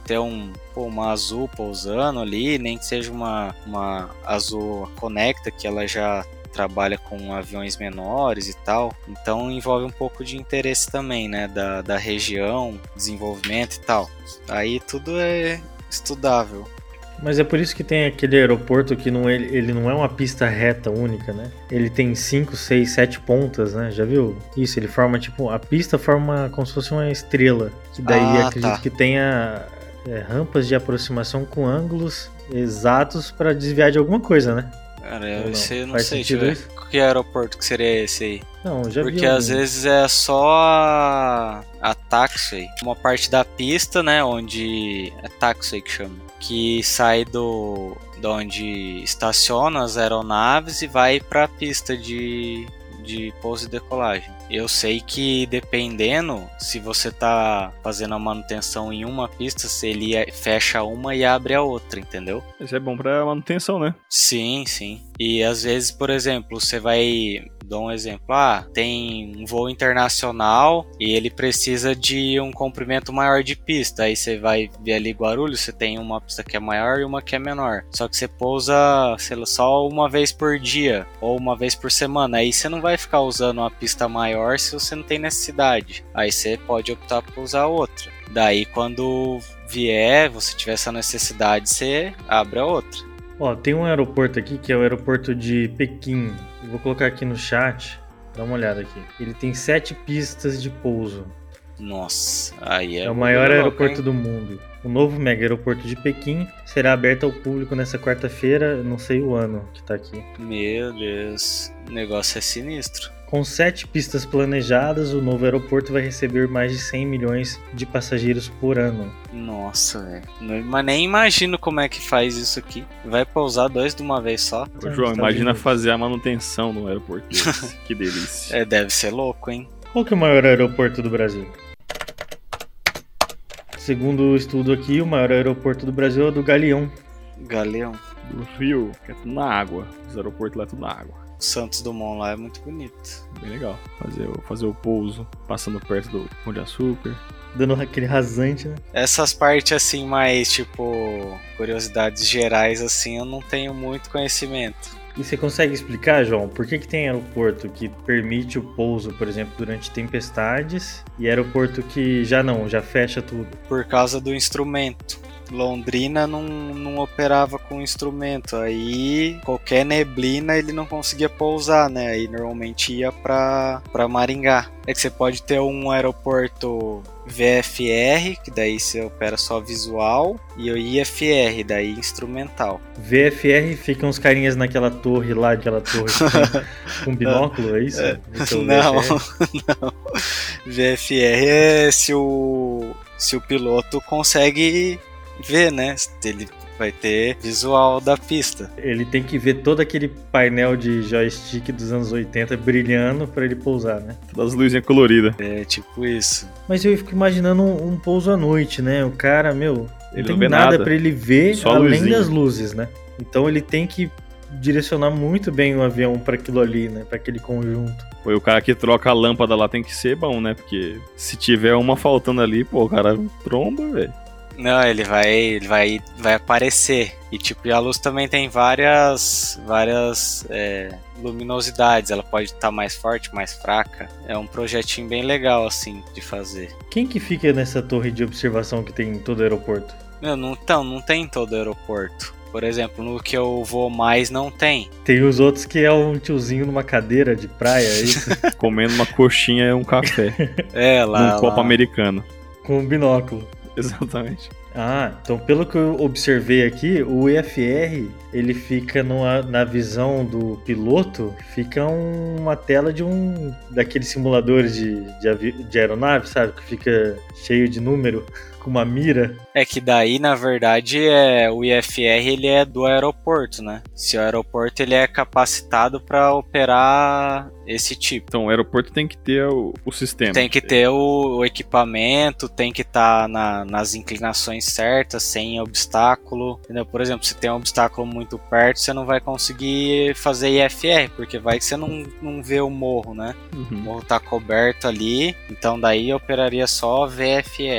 ter um, pô, uma Azul pousando ali, nem que seja uma, uma Azul Conecta, que ela já trabalha com aviões menores e tal, então envolve um pouco de interesse também, né, da, da região, desenvolvimento e tal. Aí tudo é estudável. Mas é por isso que tem aquele aeroporto que não, ele, ele não é uma pista reta única, né? Ele tem cinco, seis, sete pontas, né? Já viu? Isso, ele forma tipo... A pista forma como se fosse uma estrela. Que daí Ah, acredito tá. que tenha é, rampas de aproximação com ângulos exatos para desviar de alguma coisa, né? Cara, Ou eu não? sei, não Faz sei, sentido deixa eu ver. Que aeroporto que seria esse aí? Não, já vi Porque algum. às vezes é só a, a taxiway, uma parte da pista, né, onde é taxiway que chama, que sai do de onde estaciona as aeronaves e vai para a pista de de pouso e decolagem. Eu sei que dependendo, se você tá fazendo a manutenção em uma pista, se ele fecha uma e abre a outra, entendeu? Isso é bom pra manutenção, né? Sim, sim. E às vezes, por exemplo, você vai... Dou um exemplo. Ah, tem um voo internacional e ele precisa de um comprimento maior de pista. Aí você vai ver ali Guarulhos, você tem uma pista que é maior e uma que é menor. Só que você pousa, sei lá, só uma vez por dia ou uma vez por semana. Aí você não vai ficar usando uma pista maior se você não tem necessidade. Aí você pode optar por usar outra. Daí quando vier, você tiver essa necessidade, você abre a outra. Ó, tem um aeroporto aqui que é o aeroporto de Pequim. Eu vou colocar aqui no chat. Dá uma olhada aqui. Ele tem sete pistas de pouso. Nossa, aí é... É o maior louco, aeroporto hein? do mundo. O novo mega aeroporto de Pequim será aberto ao público nessa quarta-feira, não sei o ano que tá aqui. Meu Deus, o negócio é sinistro. Com sete pistas planejadas, o novo aeroporto vai receber mais de cem milhões de passageiros por ano. Nossa, velho. Mas nem imagino como é que faz isso aqui. Vai pousar dois de uma vez só? Ô, João, Estados imagina Unidos. fazer a manutenção no aeroporto desse. Que delícia. É, deve ser louco, hein? Qual que é o maior aeroporto do Brasil? Segundo o estudo aqui, o maior aeroporto do Brasil é o do Galeão. Galeão. Do Rio, que é tudo na água. Os aeroportos lá é tudo na água. Santos Dumont lá é muito bonito. Bem legal. Fazer, o- fazer o pouso, passando perto do Pão de Açúcar. Dando aquele rasante, né? Essas partes assim, mais tipo, curiosidades gerais assim, eu não tenho muito conhecimento. E você consegue explicar, João, por que, que tem aeroporto que permite o pouso, por exemplo, durante tempestades, e aeroporto que já não, já fecha tudo? Por causa do instrumento. Londrina não, não operava com instrumento, aí qualquer neblina ele não conseguia pousar, né? Aí normalmente ia pra, pra Maringá. É que você pode ter um aeroporto V F R, que daí você opera só visual, e o I F R, daí instrumental. V F R ficam os carinhas naquela torre lá, aquela torre com, com binóculo, é isso? Esse é o Não, V F R? não. V F R é se o, se o piloto consegue ver, né? Ele vai ter visual da pista. Ele tem que ver todo aquele painel de joystick dos anos oitenta brilhando pra ele pousar, né? Todas as luzinhas coloridas. É tipo isso. Mas eu fico imaginando um, um pouso à noite, né? O cara, meu, Ele não não tem vê nada nada. pra ele ver Só a além luzinha. das luzes, né? Então ele tem que direcionar muito bem o avião pra aquilo ali, né? Pra aquele conjunto. Pô, e o cara que troca a lâmpada lá tem que ser bom, né? Porque se tiver uma faltando ali, pô, o cara tromba, velho. Não, ele vai, ele vai, vai aparecer. E tipo, e a luz também tem várias, várias é, luminosidades. Ela pode estar mais forte, mais fraca. É um projetinho bem legal assim de fazer. Quem que fica nessa torre de observação que tem em todo o aeroporto? Meu, não, então, não tem em todo aeroporto. Por exemplo, no que eu vou mais não tem. Tem os outros que é um tiozinho numa cadeira de praia, é isso? Comendo uma coxinha e um café. É, lá. num copo lá. americano. Com um binóculo. Exatamente. Ah, então pelo que eu observei aqui, o I F R, ele fica numa, na visão do piloto, fica uma tela de um daqueles simuladores de, de, avi, de aeronave, sabe? Que fica cheio de número, com uma mira. É que daí, na verdade, é, o I F R ele é do aeroporto, né? Se o aeroporto ele é capacitado para operar esse tipo. Então, o aeroporto tem que ter o, o sistema. Tem que ter o, o equipamento, tem que estar tá na, nas inclinações certas, sem obstáculo. Entendeu? Por exemplo, se tem um obstáculo muito perto, você não vai conseguir fazer I F R, porque vai que você não, não vê o morro, né? Uhum. O morro tá coberto ali, então daí operaria só V F R.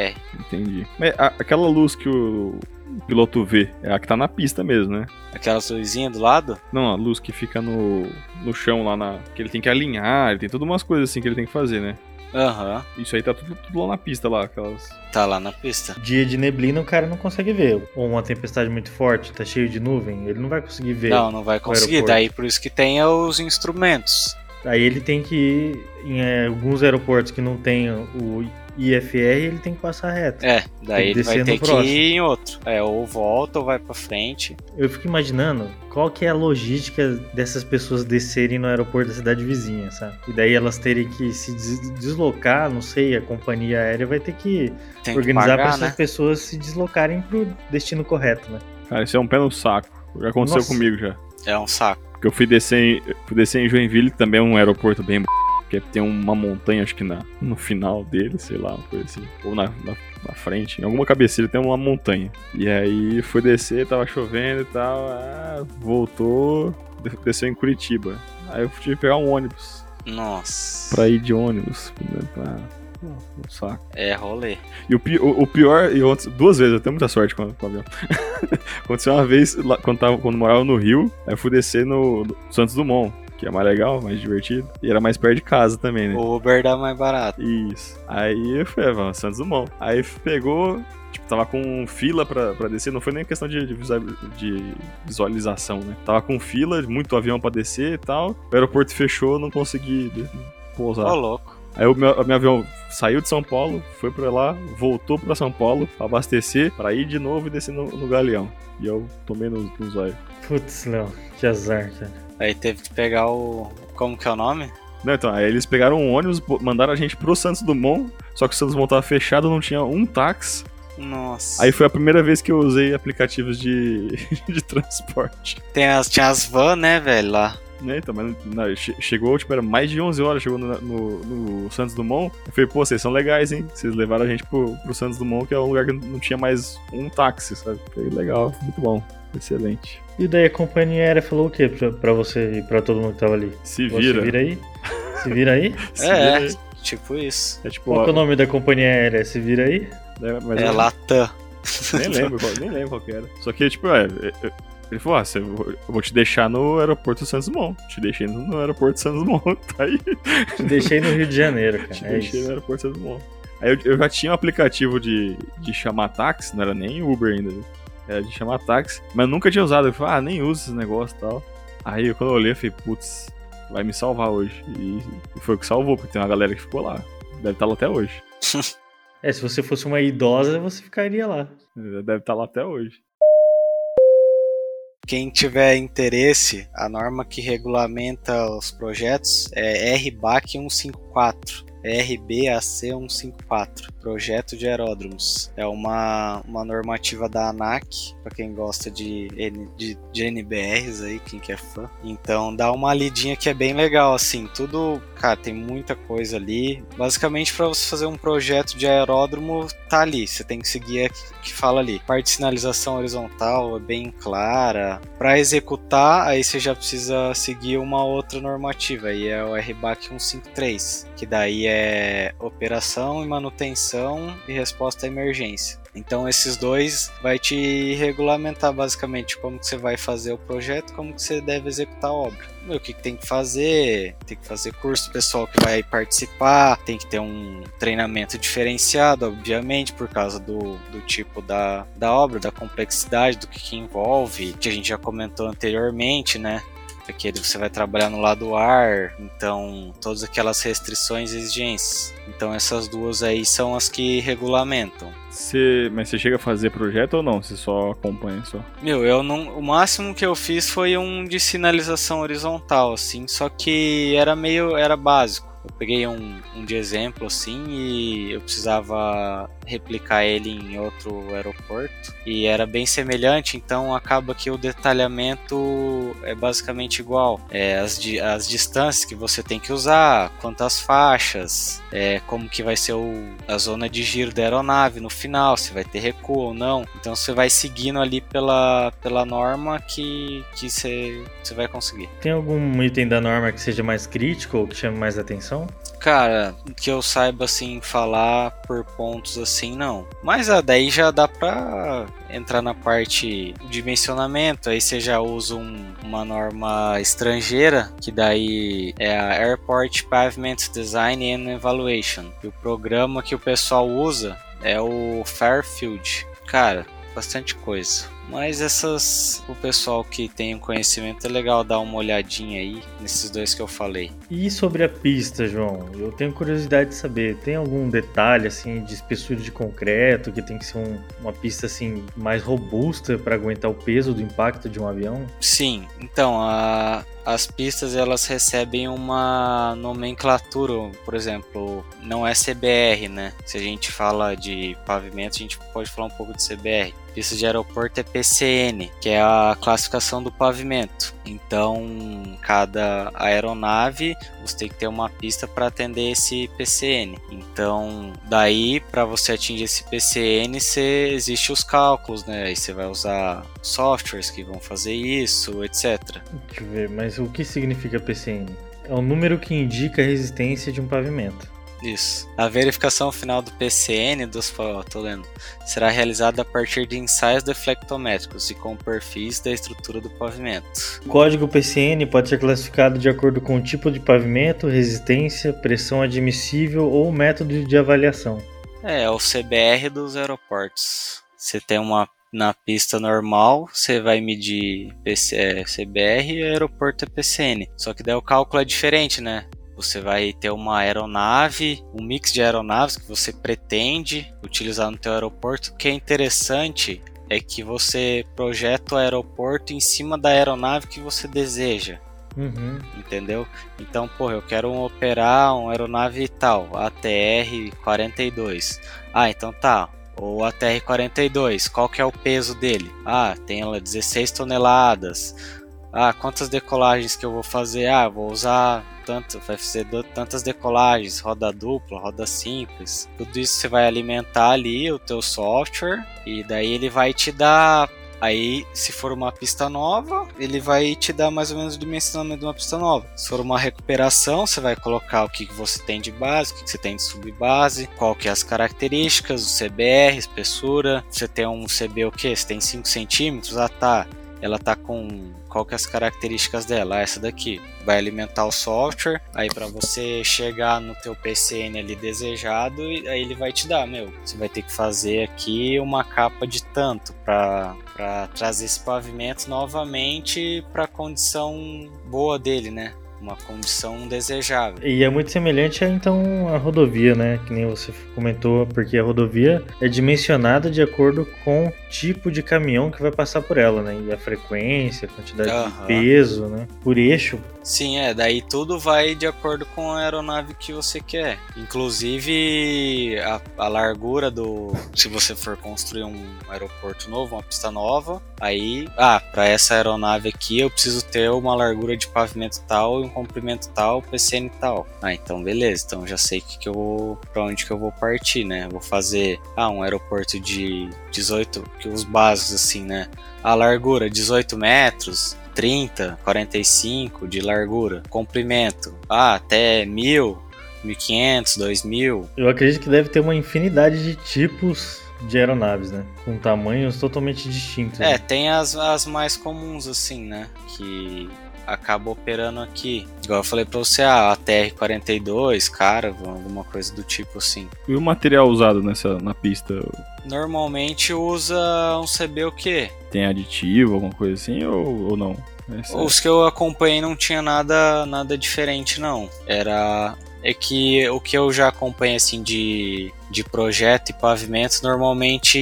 Entendi. Mas a, aquela luz que o piloto vê é a que tá na pista mesmo, né? Aquela luzinha do lado? Não, a luz que fica no, no chão lá, na, que ele tem que alinhar, ele tem todas umas coisas assim que ele tem que fazer, né? Aham. Uhum. Isso aí tá tudo, tudo lá na pista, lá, aquelas... Tá lá na pista. Dia de neblina o cara não consegue ver. Ou uma tempestade muito forte, tá cheio de nuvem, ele não vai conseguir ver. Não, não vai conseguir. Daí por isso que tem os instrumentos. Aí ele tem que ir em é, alguns aeroportos que não tem o I F R, ele tem que passar reto. É, daí ele vai ter que ir em outro. É, ou volta ou vai pra frente. Eu fico imaginando qual que é a logística dessas pessoas descerem no aeroporto da cidade vizinha, sabe? E daí elas terem que se deslocar, não sei, a companhia aérea vai ter que tem organizar para essas né? pessoas se deslocarem pro destino correto, né? Cara, isso é um pé no saco. Já aconteceu Nossa. comigo já. É um saco. Porque eu fui descer em, fui descer em Joinville, que também é um aeroporto bem... que tem uma montanha, acho que na, no final dele, sei lá, uma coisa assim. Ou na, na, na frente, em alguma cabeceira tem uma montanha. E aí fui descer, tava chovendo e tal, ah, voltou, desceu em Curitiba. Aí eu tive que pegar um ônibus. Nossa. Pra ir de ônibus, pra... Um saco. É, rolê. E o, o, o pior, e eu, duas vezes, eu tenho muita sorte com, com o avião. Aconteceu uma vez, lá, quando, tava, quando morava no Rio, aí eu fui descer no, no Santos Dumont, que é mais legal, mais divertido. E era mais perto de casa também, né? O Uber dá mais barato. Isso. Aí eu fui, vamos, Santos Dumont. Aí pegou, tipo, tava com fila pra, pra descer, não foi nem questão de, de, de visualização, né? Tava com fila, muito avião pra descer e tal. O aeroporto fechou, não consegui pousar. Ô, louco. Aí o meu, o meu avião saiu de São Paulo, foi pra lá, voltou pra São Paulo pra abastecer, pra ir de novo e descer no, no Galeão. E eu tomei no, no zóio. Putz, Léo, que azar, cara. Aí teve que pegar o... Como que é o nome? Não, então, aí eles pegaram um ônibus, mandaram a gente pro Santos Dumont, só que o Santos Dumont tava fechado, não tinha um táxi. Nossa. Aí foi a primeira vez que eu usei aplicativos de, de transporte. Tem as, tinha as van, né, velho, lá. Né, então, mas não, chegou, tipo, era mais de onze horas, chegou no, no, no Santos Dumont. Eu falei, pô, vocês são legais, hein? Vocês levaram a gente pro, pro Santos Dumont, que é um lugar que não tinha mais um táxi, sabe? Foi legal, muito bom, excelente. E daí a companhia aérea falou o quê pra, pra você e pra todo mundo que tava ali? Se vira. Se vira aí? Se vira aí? Se é, vira aí. Tipo isso. É, tipo, qual ó, que é o nome da companhia aérea? Se vira aí? É, mas é eu... Latam. Nem lembro, qual, nem lembro qual que era. Só que, tipo, é... é ele falou, ah, eu vou te deixar no aeroporto Santos Dumont. Te deixei no aeroporto Santos Dumont, tá aí. Te deixei no Rio de Janeiro, cara. Te é deixei isso. no aeroporto Santos Dumont. Aí eu, eu já tinha um aplicativo de, de chamar táxi, não era nem Uber ainda. Era de chamar táxi, mas nunca tinha usado. Eu falei, ah, nem uso esse negócio e tal. Aí quando eu olhei, eu falei, putz, vai me salvar hoje. E, e foi o que salvou, porque tem uma galera que ficou lá. Deve estar lá até hoje. É, se você fosse uma idosa, você ficaria lá. Deve estar lá até hoje. Quem tiver interesse, a norma que regulamenta os projetos é R B A C cento e cinquenta e quatro. R B A C cento e cinquenta e quatro, Projeto de Aeródromos. É uma, uma normativa da ANAC, para quem gosta de, de, de N B Rs aí, quem que é fã. Então dá uma lidinha que é bem legal, assim, tudo, cara, tem muita coisa ali. Basicamente, para você fazer um projeto de aeródromo, tá ali, você tem que seguir o que fala ali. Parte de sinalização horizontal é bem clara. Para executar, aí você já precisa seguir uma outra normativa, aí é o R B A C cento e cinquenta e três, que daí é É operação e manutenção e resposta à emergência. Então esses dois vai te regulamentar basicamente como que você vai fazer o projeto, como que você deve executar a obra. O que, que tem que fazer, tem que fazer curso do pessoal que vai participar, tem que ter um treinamento diferenciado, obviamente, por causa do, do tipo da, da obra, da complexidade, do que, que envolve, que a gente já comentou anteriormente, né? Porque você vai trabalhar no lado ar, então todas aquelas restrições e exigências. Então essas duas aí são as que regulamentam. Você, mas você chega a fazer projeto ou não? Você só acompanha só? Meu, eu não, o máximo que eu fiz foi um de sinalização horizontal, assim, só que era meio, era básico. Eu peguei um, um de exemplo assim e eu precisava replicar ele em outro aeroporto e era bem semelhante, então acaba que o detalhamento é basicamente igual. É, as, di- as distâncias que você tem que usar, quantas faixas, é, como que vai ser o, a zona de giro da aeronave no final, se vai ter recuo ou não. Então você vai seguindo ali pela, pela norma que, que você, você vai conseguir. Tem algum item da norma que seja mais crítico ou que chame mais atenção? Cara, que eu saiba assim falar por pontos assim, não. Mas ah, daí já dá pra entrar na parte de dimensionamento. Aí você já usa um, uma norma estrangeira, que daí é a Airport Pavement Design and Evaluation. E o programa que o pessoal usa é o Fairfield. Cara, bastante coisa. Mas essas, o pessoal que tem um conhecimento, é legal dar uma olhadinha aí nesses dois que eu falei. E sobre a pista, João? Eu tenho curiosidade de saber, tem algum detalhe assim de espessura de concreto que tem que ser um, uma pista assim mais robusta para aguentar o peso do impacto de um avião? Sim, então a, as pistas elas recebem uma nomenclatura, por exemplo, não é C B R, né? Se a gente fala de pavimento, a gente pode falar um pouco de C B R. Pista de aeroporto é P C N, que é a classificação do pavimento. Então, cada aeronave você tem que ter uma pista para atender esse P C N. Então, daí para você atingir esse P C N, você, existe os cálculos, né? Aí você vai usar softwares que vão fazer isso, etcétera. Deixa eu ver, mas o que significa P C N? É o número que indica a resistência de um pavimento. Isso. A verificação final do P C N dos, ó, tô lendo, será realizada a partir de ensaios deflectométricos e com perfis da estrutura do pavimento. O código P C N pode ser classificado de acordo com o tipo de pavimento, resistência, pressão admissível ou método de avaliação. É, é o C B R dos aeroportos. Você tem uma na pista normal, você vai medir P C, é, C B R e o aeroporto é P C N. Só que daí o cálculo é diferente, né? Você vai ter uma aeronave, um mix de aeronaves que você pretende utilizar no teu aeroporto. O que é interessante é que você projeta o aeroporto em cima da aeronave que você deseja. Uhum. Entendeu? Então, porra, eu quero um, operar uma aeronave tal, A T R quarenta e dois. Ah, então tá. O A T R quarenta e dois, qual que é o peso dele? Ah, tem ela dezesseis toneladas. Ah, quantas decolagens que eu vou fazer? Ah, vou usar tanto, vai fazer tantas decolagens, roda dupla, roda simples. Tudo isso você vai alimentar ali o teu software e daí ele vai te dar. Aí, se for uma pista nova, ele vai te dar mais ou menos o dimensionamento de uma pista nova. Se for uma recuperação, você vai colocar o que você tem de base, o que você tem de subbase, qual que é as características, o C B R, espessura. Você tem um C B o quê? Você tem cinco centímetros? Ah, tá. Ela tá com... Qual que é as características dela? Essa daqui. Vai alimentar o software, aí para você chegar no teu P C N ali desejado, aí ele vai te dar, meu, você vai ter que fazer aqui uma capa de tanto para para trazer esse pavimento novamente para a condição boa dele, né? Uma condição desejável. E é muito semelhante a, então, a rodovia, né? Que nem você comentou, porque a rodovia é dimensionada de acordo com o tipo de caminhão que vai passar por ela, né? E a frequência, a quantidade uhum. de peso, né? Por eixo. Sim, é. Daí tudo vai de acordo com a aeronave que você quer. Inclusive a, a largura do... Se você for construir um aeroporto novo, uma pista nova, aí... Ah, para essa aeronave aqui eu preciso ter uma largura de pavimento tal e um comprimento tal, P C N tal. Ah, então beleza. Então já sei que que eu vou, para onde que eu vou partir, né? Vou fazer ah, um aeroporto de dezoito, que os básicos assim, né? A largura dezoito metros, trinta, quarenta e cinco de largura, comprimento, ah, até mil, mil e quinhentos, dois mil. Eu acredito que deve ter uma infinidade de tipos de aeronaves, né? Com tamanhos totalmente distintos. É, né? tem as, as mais comuns assim, né? Que acaba operando aqui. Igual eu falei pra você, ah, a T R quarenta e dois, Caravan, alguma coisa do tipo assim. E o material usado nessa, na pista? Normalmente usa um C B o quê? Tem aditivo, alguma coisa assim, ou, ou não? É Os que eu acompanhei não tinha nada, nada diferente, não. Era... É que o que eu já acompanho assim de, de projeto e pavimento normalmente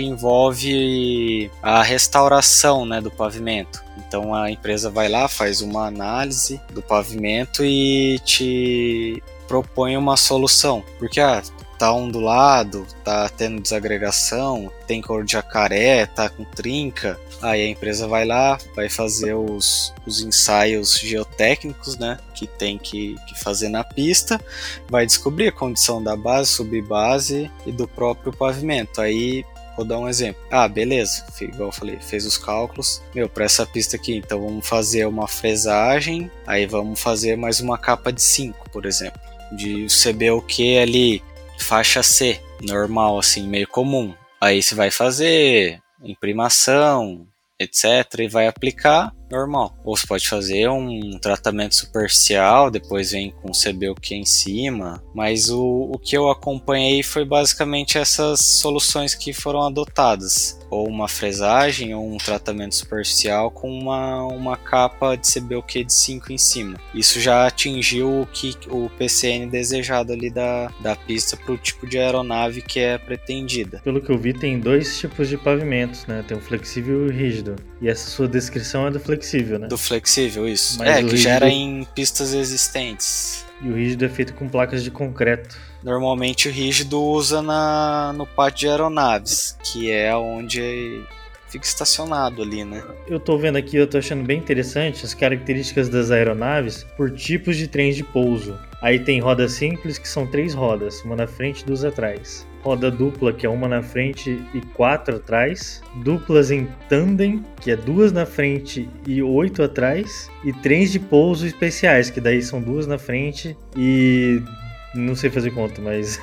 envolve a restauração, né, do pavimento. Então a empresa vai lá, faz uma análise do pavimento e te propõe uma solução. Porque ah, tá ondulado, tá tendo desagregação, tem cor de jacaré, tá com trinca. Aí a empresa vai lá, vai fazer os, os ensaios geotécnicos, né, que tem que, que fazer na pista, vai descobrir a condição da base, subbase e do próprio pavimento. Aí, vou dar um exemplo. Ah, beleza, igual eu falei, fez os cálculos. Meu, para essa pista aqui, então vamos fazer uma fresagem, aí vamos fazer mais uma capa de cinco, por exemplo. de C B O Q ali, faixa C, normal, assim, meio comum. Aí você vai fazer imprimação, etcétera, e vai aplicar normal. Ou você pode fazer um tratamento superficial, depois vem com o C B O Q em cima. Mas o, o que eu acompanhei foi basicamente essas soluções que foram adotadas. Ou uma fresagem, ou um tratamento superficial com uma, uma capa de C B O Q de cinco em cima. Isso já atingiu o, que, o P C N desejado ali da, da pista para o tipo de aeronave que é pretendida. Pelo que eu vi, tem dois tipos de pavimentos, né? Tem o flexível e o rígido. E essa sua descrição é do flexível, né? Do flexível, isso. Mas é, que rígido... já era em pistas existentes. E o rígido é feito com placas de concreto. Normalmente o rígido usa na, no pátio de aeronaves, que é onde fica estacionado ali, né? Eu tô vendo aqui, eu tô achando bem interessante as características das aeronaves por tipos de trens de pouso. Aí tem roda simples, que são três rodas, uma na frente e duas atrás. Roda dupla, que é uma na frente e quatro atrás. Duplas em tandem, que é duas na frente e oito atrás. E trens de pouso especiais, que daí são duas na frente e... não sei fazer conta, mas...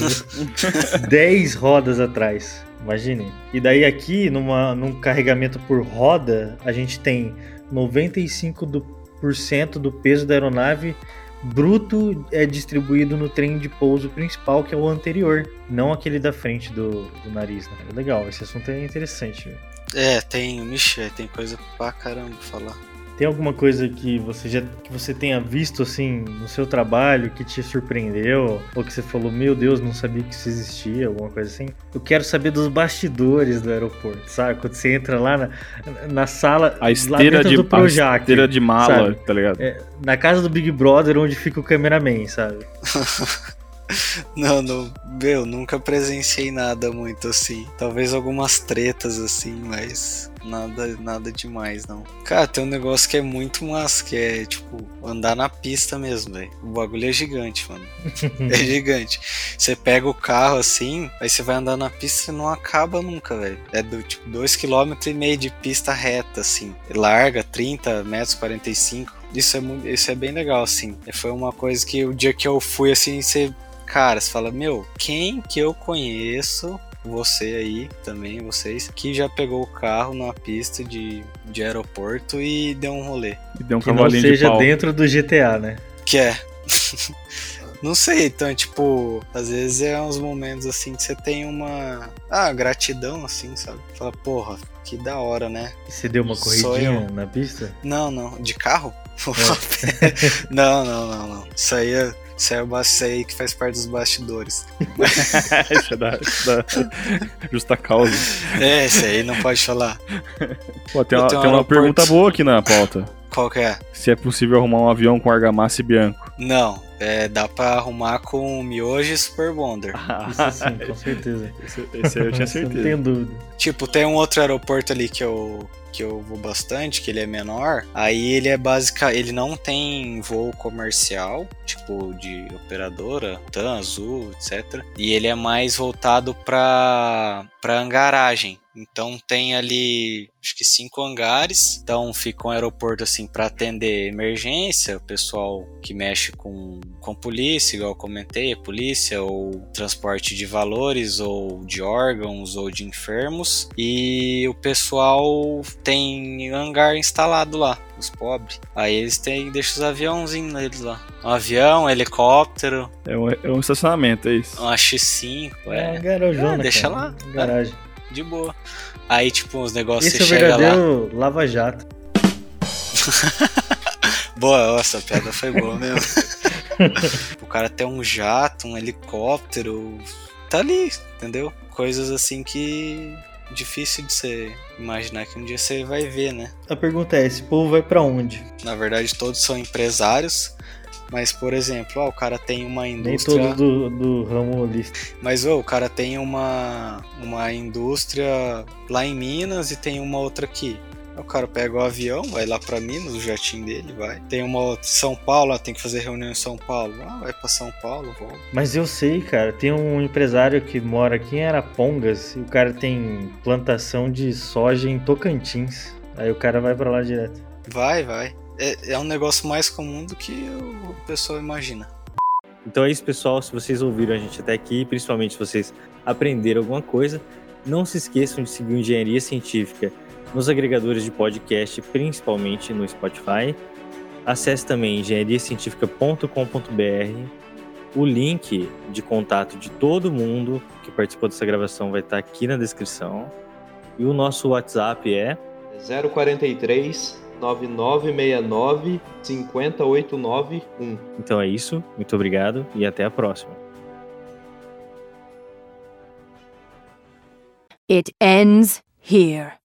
dez rodas atrás. Imagine. E daí aqui, numa, num carregamento por roda, a gente tem noventa e cinco por cento do peso da aeronave bruto é distribuído no trem de pouso principal, que é o anterior, não aquele da frente do, do nariz, né? É legal, esse assunto é interessante. Viu? É, tem, Michel, tem coisa pra caramba pra falar. Tem alguma coisa que você já que você tenha visto assim no seu trabalho que te surpreendeu? Ou que você falou, meu Deus, não sabia que isso existia, alguma coisa assim? Eu quero saber dos bastidores do aeroporto, sabe? Quando você entra lá na, na sala, a esteira lá dentro de, do Projac, a esteira de mala, sabe? Tá ligado? É, na casa do Big Brother, onde fica o cameraman, sabe? Não, não, meu, nunca presenciei nada muito assim. Talvez algumas tretas assim, mas nada, nada demais, não. Cara, tem um negócio que é muito massa, que é, tipo, andar na pista mesmo, velho. O bagulho é gigante, mano. É gigante. Você pega o carro assim, aí você vai andar na pista e não acaba nunca, velho. É do tipo dois vírgula cinco quilômetros de pista reta, assim. Larga, trinta metros, quarenta e cinco. Isso é, muito, isso é bem legal, assim. Foi uma coisa que o dia que eu fui, assim, você... Cara, você fala, meu, quem que eu conheço, você aí também, vocês, que já pegou o carro numa pista de, de aeroporto e deu um rolê? E deu um que não cavalinho de seja pau. dentro do G T A, né? Que é. Não sei, então, tipo, às vezes é uns momentos assim que você tem uma... Ah, gratidão, assim, sabe? Fala, porra, que da hora, né? E você deu uma corridinha na pista? Não, não. De carro? É. não, não, não, não. Isso aí é... Isso aí, é isso aí que faz parte dos bastidores. Isso é da, da justa causa. É, isso aí não pode falar. Pô, tem uma, tem uma pergunta boa aqui na pauta. Qual que é? Se é possível arrumar um avião com argamassa e bianco. Não, é, dá pra arrumar com miojo e super bonder. Isso sim, com certeza. Esse, esse aí eu tinha certeza. Não tenho dúvida. Tipo, tem um outro aeroporto ali que eu... que eu vou bastante, que ele é menor, aí ele é básica, ele não tem voo comercial, tipo de operadora, TAM, Azul, etcétera. E ele é mais voltado para para hangaragem. Então tem ali, acho que cinco hangares. Então fica um aeroporto assim para atender emergência, o pessoal que mexe com, com polícia, igual eu comentei, polícia ou transporte de valores ou de órgãos ou de enfermos. E o pessoal tem hangar instalado lá, os pobres. Aí eles têm, deixam os aviãozinhos neles lá. Um avião, um helicóptero. É um, é um estacionamento, é isso. Uma X cinco, é. É, um garajona, é, deixa cara, lá. Garagem. É, de boa. Aí, tipo, uns negócios Esse você é o chega verdadeiro lá. Lava Jato. Boa, nossa, a piada foi boa mesmo. O cara tem um jato, um helicóptero. Tá ali, entendeu? Coisas assim que... difícil de você imaginar que um dia você vai ver, né? A pergunta é, esse povo vai pra onde? Na verdade, todos são empresários, mas, por exemplo, ó, o cara tem uma indústria... Nem todos do, do ramo holístico. Mas, ó, o cara tem uma, uma indústria lá em Minas e tem uma outra aqui. O cara pega o avião, vai lá pra Minas, o jatinho dele, vai. Tem uma outra em São Paulo, ó, tem que fazer reunião em São Paulo. Ah, vai pra São Paulo, volta. Mas eu sei, cara, tem um empresário que mora aqui em Arapongas e o cara tem plantação de soja em Tocantins. Aí o cara vai pra lá direto. Vai, vai. É, é um negócio mais comum do que o pessoal imagina. Então é isso, pessoal. Se vocês ouviram a gente até aqui, principalmente se vocês aprenderam alguma coisa, não se esqueçam de seguir o Engenharia Científica nos agregadores de podcast, principalmente no Spotify. Acesse também engenharia científica ponto com ponto b r. O link de contato de todo mundo que participou dessa gravação vai estar aqui na descrição. E o nosso WhatsApp é zero quarenta e três, nove nove seis nove, cinco oito nove um. Então é isso, muito obrigado e até a próxima. It ends here.